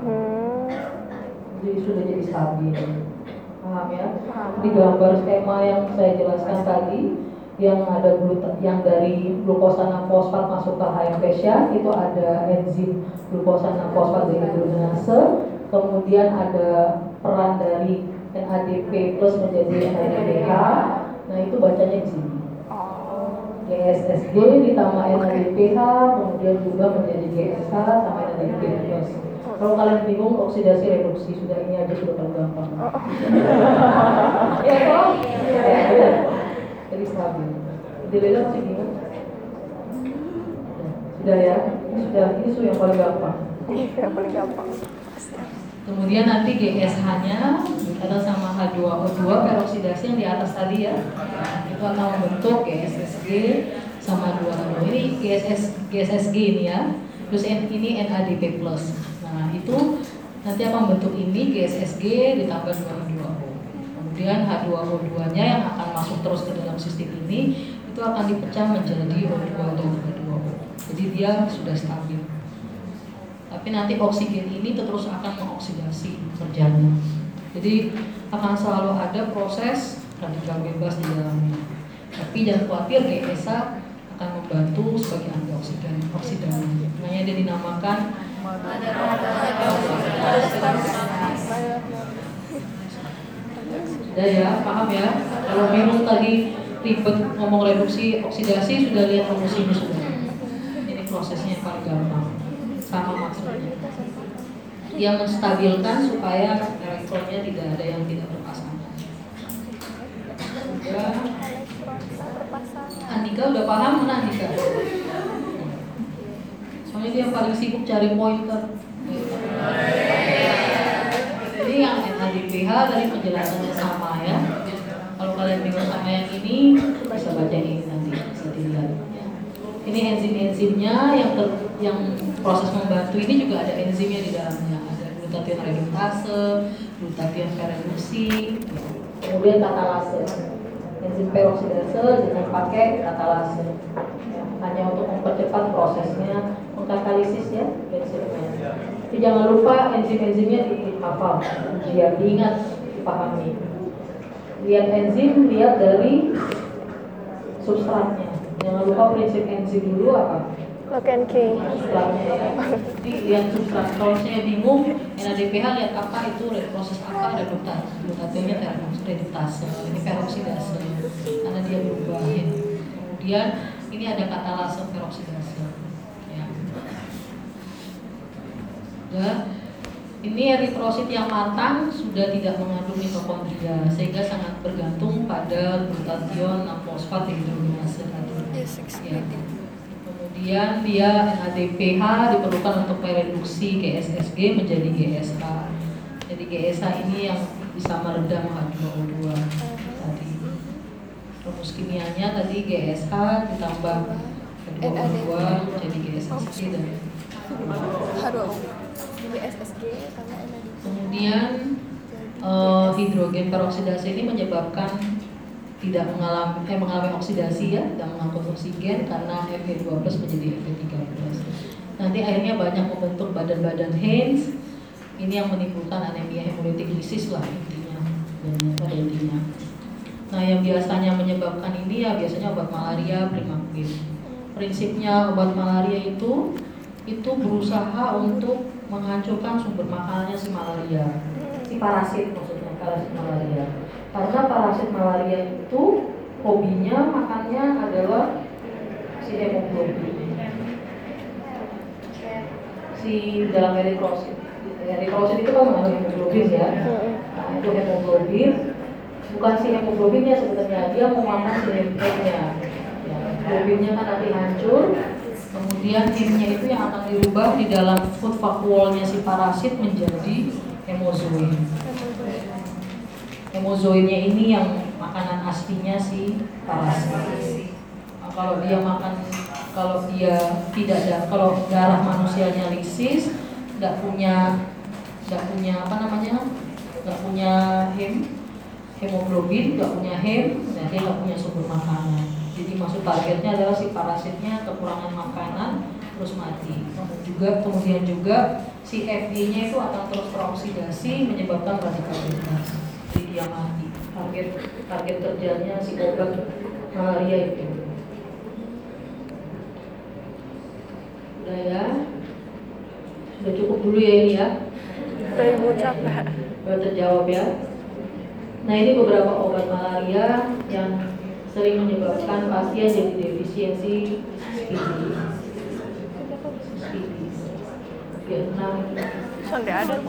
[SPEAKER 1] Jadi sudah jadi stabil. Paham ya? Di gambar skema yang saya jelaskan tadi, yang ada yang dari glukosana fosfat masuk ke HMP-nya itu ada enzim glukosana fosfat dehidrogenase, kemudian ada peran dari NADP plus menjadi NADPH. Nah, itu bacanya di sini. GSSG ditambah NADPH, kemudian juga menjadi GSH sama NADP plus. Kalau kalian bingung oksidasi reduksi, sudah ini aja sudah paling gampang. Ya toh? Jadi stabil. Idealnya masih bingung? Sudah ya? Ini sudah yang paling gampang.
[SPEAKER 2] Iya, paling gampang.
[SPEAKER 1] Kemudian nanti GSH-nya ada sama H2O2 peroksidasi yang di atas tadi ya. Itu akan membentuk GSSG sama 2H2O. Ini GSSG ini ya. Terus ini NADP+. Nah, itu nanti akan membentuk ini GSSG ditambah 2H2O. Kemudian H2O2-nya yang akan masuk terus ke dalam sistem ini itu akan dipecah menjadi O2 dan H2O. Jadi dia sudah stabil. Tapi nanti oksigen ini terus akan mengoksidasi kerjanya. Jadi akan selalu ada proses radikal bebas di dalamnya. Tapi jangan khawatir, GSA akan membantu sebagai antioksidan. Makanya dia dinamakan ya, paham ya? Kalau bingung tadi ribet ngomong reduksi oksidasi, sudah lihat rumus ini sudah. Ini prosesnya paling gampang. Sama maksudnya. Dia menstabilkan supaya elektronnya tidak ada yang tidak berpasangan. Sudah. Andika udah paham mana Andika? Soalnya dia yang paling sibuk cari pointer. Jadi yang NADPH tadi penjelasannya sama ya. Kalau kalian bingung sama yang ini, bisa baca ini nanti, bisa dilihat. Ini enzim-enzimnya yang proses membantu ini juga ada enzimnya di dalamnya. Ada glutathione reduktase, glutathione pereduksi, kemudian katalase. Enzim peroksidase dengan pakai katalase. Ya, hanya untuk mempercepat prosesnya mengkatalisis ya enzimnya. Jadi jangan lupa enzim-enzimnya dihafal, biar diingat, dipahami. Lihat enzim, lihat dari substratnya. Jangan lupa prinsip enzim dulu apa?
[SPEAKER 2] Lock and key.
[SPEAKER 1] Substratnya ya. Jadi lihat substrat. Kalau saya bingung, NADPH lihat apa itu proses apa, glutathione reduktase, ini peroksidase, karena dia berubahin. Kemudian ini ada katalase peroksidase. Ya. Dan ini eritrosit yang matang sudah tidak mengandung mitokondria sehingga sangat bergantung pada glutathione fosfat dehidrogenase tadi. Ya. Kemudian dia NADPH diperlukan untuk mereduksi GSSG menjadi GSH. Jadi GSH ini yang bisa meredam H2O2 tadi. Rumus kimianya tadi GSH ditambah H2O2 jadi GSSG dan
[SPEAKER 2] H2O. GSSG sama NADP.
[SPEAKER 1] kemudian hidrogen peroksidase ini menyebabkan tidak mengalami oksidasi ya, tidak mengangkut oksigen karena Fe2+ menjadi Fe3+. Nanti akhirnya banyak membentuk badan-badan Heinz. Ini yang menimbulkan anemia hemolitik lisis lah intinya, dan pada intinya. Nah, yang biasanya menyebabkan ini ya biasanya obat malaria, Primaquine. Prinsipnya obat malaria itu berusaha untuk menghancurkan sumber makanannya si malaria, si parasit maksudnya, parasit malaria. Karena parasit malaria itu hobinya makannya adalah si hemoglobin, si dalam eritrosit. Eritrosit itu kan mengandung hemoglobin ya. Nah, itu hemoglobin, bukan si hemoglobinnya sebenarnya, dia mau makan si hemnya. Ya, hemoglobinnya kan nanti hancur, kemudian hemnya itu yang akan dirubah di dalam food vacuolnya si parasit menjadi hemozoin. Hemozoinnya ini yang makanan aslinya si parasit. Nah, kalau kalau darah manusianya lisis, nggak punya hemoglobin, nggak punya hem, dan dia nggak punya sumber makanan. Jadi maksud targetnya adalah si parasitnya kekurangan makanan terus mati. Kemudian juga si Fd-nya itu akan terus teroksidasi menyebabkan radikal bebas. Jadi dia mati. Target kerjanya si obat malaria itu. Udah ya. Sudah cukup dulu ya ini ya.
[SPEAKER 2] Udah Ibu capek.
[SPEAKER 1] Sudah terjawab ya. Nah, ini beberapa obat malaria yang sering menyebabkan pasien jadi defisiensi SPID. Vietnam.
[SPEAKER 2] Sonde ada Bu.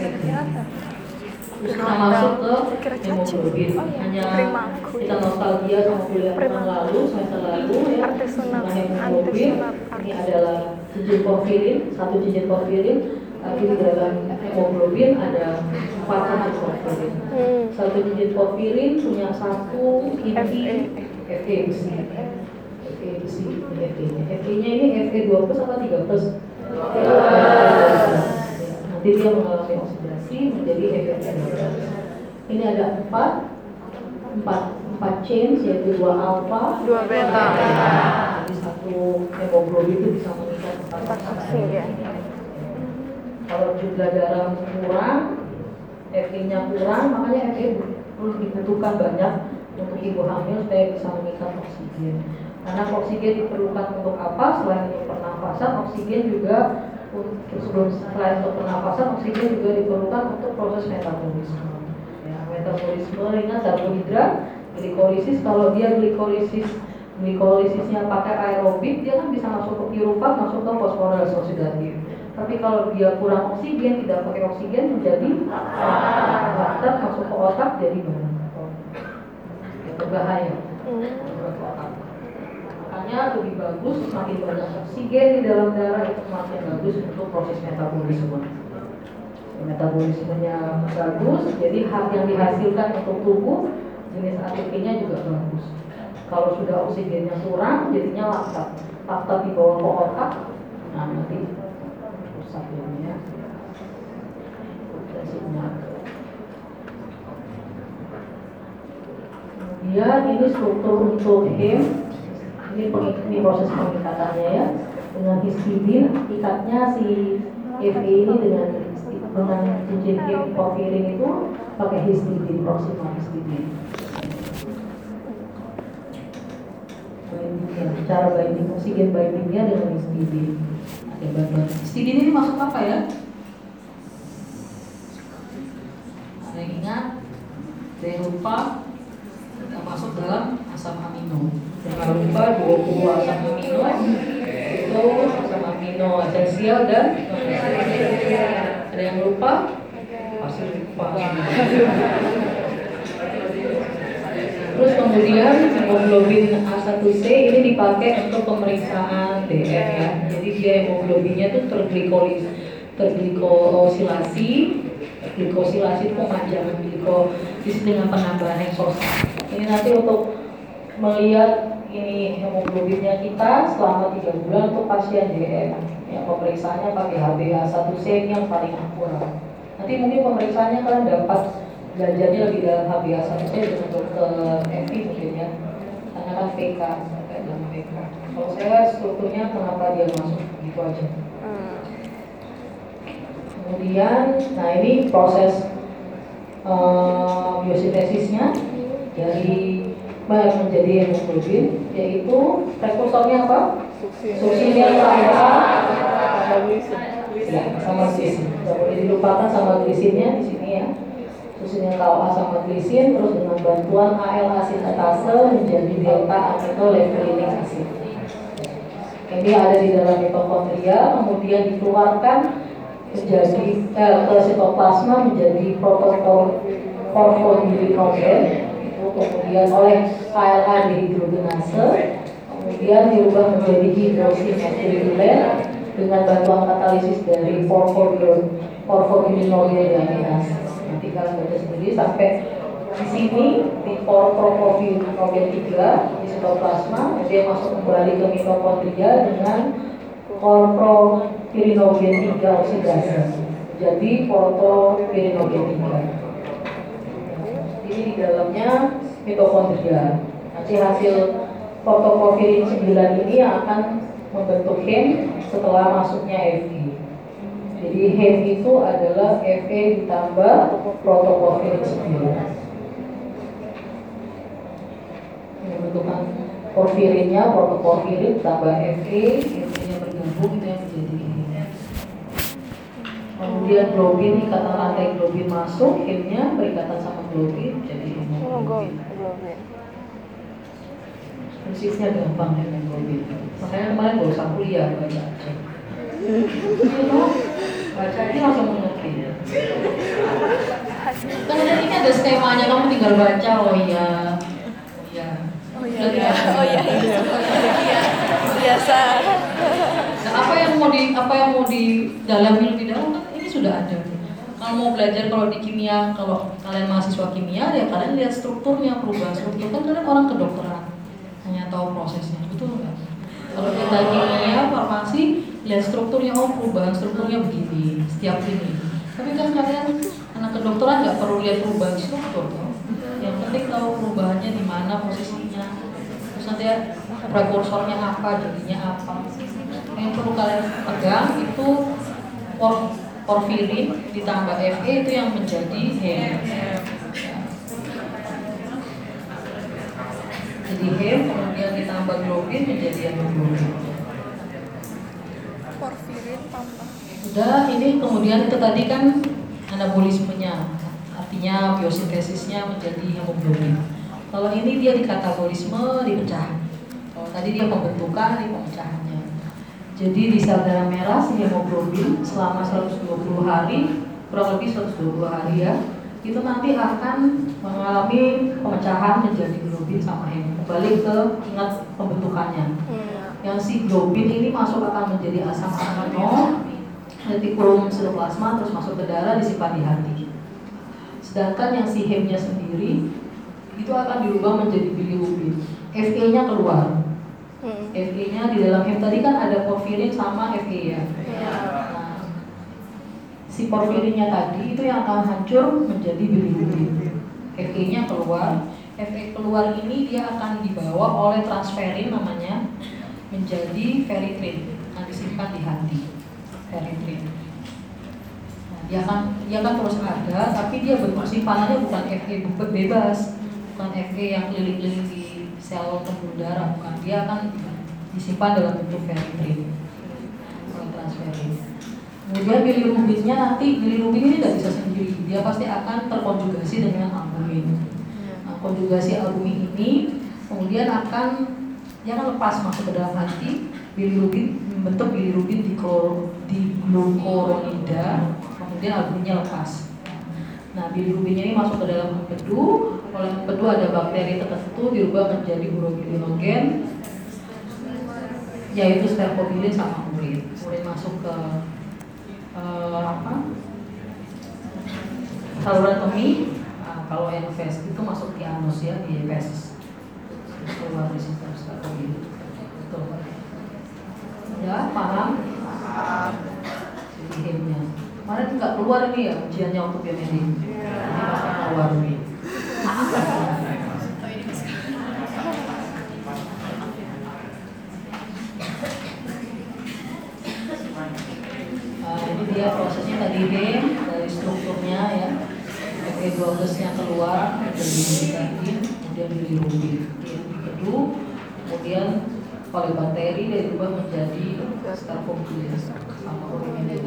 [SPEAKER 1] Terus kita masuk ke hemoglobin. Hanya kita nostalgia sama kuliah yang lalu, semester lalu ya. Tentang hemoglobin. Ini adalah cincin porfirin, satu cincin porfirin. Tapi di dalam hemoglobin ada 4 cincin porfirin. Satu cincin porfirin punya satu inti Fe besi. Fe besi, Fe-nya ini Fe 2+ atau 3+? Nanti dia mengalami oksidasi menjadi Fe 3+. Ini ada 4 chains, yaitu 2 alfa,
[SPEAKER 2] 2 beta.
[SPEAKER 1] Jadi satu hemoglobin itu bisa mengikat 4 oksigen. Kalau jumlah darah kurang, Fe-nya kurang, makanya Fe perlu dibutuhkan banyak untuk ibu hamil supaya bisa mengikat oksigen. Karena oksigen diperlukan untuk apa? Selain untuk pernafasan, oksigen juga selain untuk pernafasan, oksigen juga diperlukan untuk proses metabolisme. Ya, metabolisme ingat karbohidrat, glikolisis. Kalau dia glikolisisnya pakai aerobik, dia kan bisa masuk ke pirufat, masuk ke fosforase oksidatif. Tapi kalau dia kurang oksigen, tidak pakai oksigen, menjadi laktat, masuk ke otak jadi barang. Berbahaya. Makanya lebih bagus semakin banyak oksigen di dalam darah itu semakin bagus untuk proses metabolisme. Metabolismenya bagus, jadi hak yang dihasilkan untuk tubuh jenis ATP-nya juga bagus. Kalau sudah oksigennya kurang, jadinya laktat. Laktat dibawa ke otak, nah nanti rusak jadinya. Kemudian ini struktur untuk hem. Ini proses pengikatannya ya. Dengan histidin, ikatnya si Fe ini dengan cincin hem porfirin itu pakai histidin, proximal histidin. Cara binding oksigen bindingnya dengan histidin. Ada bahan histidin ini masuk apa ya? Ada yang ingat? Ada yang lupa? Kita masuk dalam asam amino. Jangan lupa 20 asam amino itu asam amino esensial dan ada yang lupa? Pasti lupa. Terus kemudian hemoglobin A1C ini dipakai untuk pemeriksaan DF ya. Jadi dia hemoglobinnya itu terglikosilasi. Glikosilasi itu pemanjangan glikolisis dengan penambahan heksosa. Ini nanti untuk melihat ini hemoglobinnya kita selama 3 bulan untuk pasien DF. Ya, pemeriksaannya pakai HbA1c yang paling akurat. Nanti mungkin pemeriksaannya kalian dapat belajarnya lebih dalam HbA1c dengan dokter Evi mungkin ya. Karena kan PK, terkait dengan PK. Kalau saya strukturnya kenapa dia masuk gitu aja. Kemudian, nah ini proses biosintesisnya dari menjadi hemoglobin, yaitu prekursornya apa? Suksinil KLA ya, sama glisin. Tidak boleh dilupakan sama glisinnya di sini ya. Suksinil KLA sama glisin, terus dengan bantuan AL asintatase menjadi delta aminolevulinic acid. Ini ada di dalam mitokondria, kemudian dikeluarkan menjadi ke sitoplasma menjadi protoporfirinogen, itu kemudian oleh ALA dehidrogenase, kemudian dirubah menjadi hidroksimetylilen dengan bantuan katalisis dari porfirinogen deaminase. Nanti kalian baca sendiri sampai di sini di porfirinogen 3 di sitoplasma, dia masuk kembali ke mitokondria dengan porfirinogen 3 oksidasi jadi porfirinogen 3. Ini di dalamnya mitokondria. Nanti hasil protoporfirin 9 ini yang akan membentuk heme setelah masuknya Fe. Jadi heme itu adalah Fe ditambah protoporfirin 9. Pembentukan porfirinnya, protoporfirin tambah Fe, Fe-nya bergabung itu yang menjadi ini. Kemudian globin, ikatan rantai globin masuk, heme-nya berikatan sama globin jadi hemoglobin. Prinsipnya gampang hemoglobin. Makanya kemarin gak usah kuliah, baca aja. Baca aja langsung mengerti. Kan ini ada skemanya, kamu tinggal baca. Oh iya.
[SPEAKER 2] Biasa.
[SPEAKER 1] Nah, apa yang mau didalami lebih dalam kan ini sudah ada. Kalau mau belajar kalau di kimia, kalau kalian mahasiswa kimia ya kalian lihat strukturnya, perubahan struktur kan kalian orang kedokteran hanya tahu prosesnya, betul nggak? Kalau kita kimia, farmasi lihat strukturnya, oh perubahan strukturnya begini setiap ini. Tapi kan kalian anak kedokteran nggak perlu lihat perubahan struktur, toh. Yang penting tahu perubahannya di mana posisinya. Terus nanti ya, prekursornya apa, jadinya apa. Yang perlu kalian pegang itu porfirin ditambah Fe itu yang menjadi heme. Jadi heme kemudian ditambah globin menjadi hemoglobin.
[SPEAKER 2] Porfirin tambah.
[SPEAKER 1] Udah, ini kemudian itu tadi kan anabolismenya, artinya biosintesisnya menjadi hemoglobin. Kalau ini dia di katabolisme, dipecah. Kalau tadi dia pembentukan, ini pemecahannya. Jadi di sel darah merah si hemoglobin selama 120 hari, kurang lebih 120 hari ya, itu nanti akan mengalami pemecahan menjadi globin sama heme. Kembali ke ingat pembentukannya. Yang si globin ini masuk akan menjadi asam amino, retikulum sitoplasma, terus masuk ke darah, disimpan di hati. Sedangkan yang si heme-nya sendiri itu akan dirubah menjadi bilirubin. Fe-nya keluar. Fe-nya di dalam heme tadi kan ada porfirin sama Fe ya. Nah, si porfirinnya tadi itu yang akan hancur menjadi bilirubin. Fe-nya keluar. Fe keluar ini dia akan dibawa oleh transferin namanya menjadi ferritrin, akan disimpan di hati. Ferritrin. Nah, dia akan terus ada, tapi dia bentuk simpanannya bukan Fe bebas, bukan Fe yang keliling-keliling di sel pembuluh darah, bukan. Dia akan disimpan dalam bentuk ferritrin oleh transferin. Kemudian bilirubinnya nanti, bilirubin ini tidak bisa sendiri, dia pasti akan terkonjugasi dengan albumin. Nah, konjugasi albumin ini kemudian dia akan lepas masuk ke dalam hati, bilirubin membentuk bilirubin di glucuronida, kemudian albuminnya lepas. Nah, bilirubinnya ini masuk ke dalam empedu, oleh empedu ada bakteri tertentu dirubah menjadi urobilinogen, yaitu sterfobilin sama urin. Urin masuk ke saluran kemih. Nah, kalau yang fes itu masuk di anus ya, di feses. Keluar di situ sterfobilin. Betul. Ya, paham? Jadi heme-nya. Kemarin nggak keluar ini ya ujiannya untuk biomedi. Ini pasti keluar nih. Ini dia prosesnya tadi B dari strukturnya ya. Fe12-nya keluar dari citidin, kemudian bilirubin dikeduk, kemudian oleh bakteri dirubah menjadi sterfobilin sama urinnya.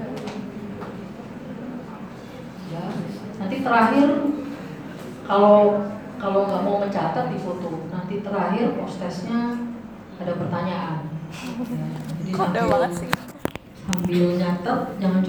[SPEAKER 1] Ya, nanti terakhir kalau nggak mau mencatat di foto, nanti terakhir postesnya ada pertanyaan. Ya, jadi
[SPEAKER 2] Kode banget sih.
[SPEAKER 1] sambil nyatet, jangan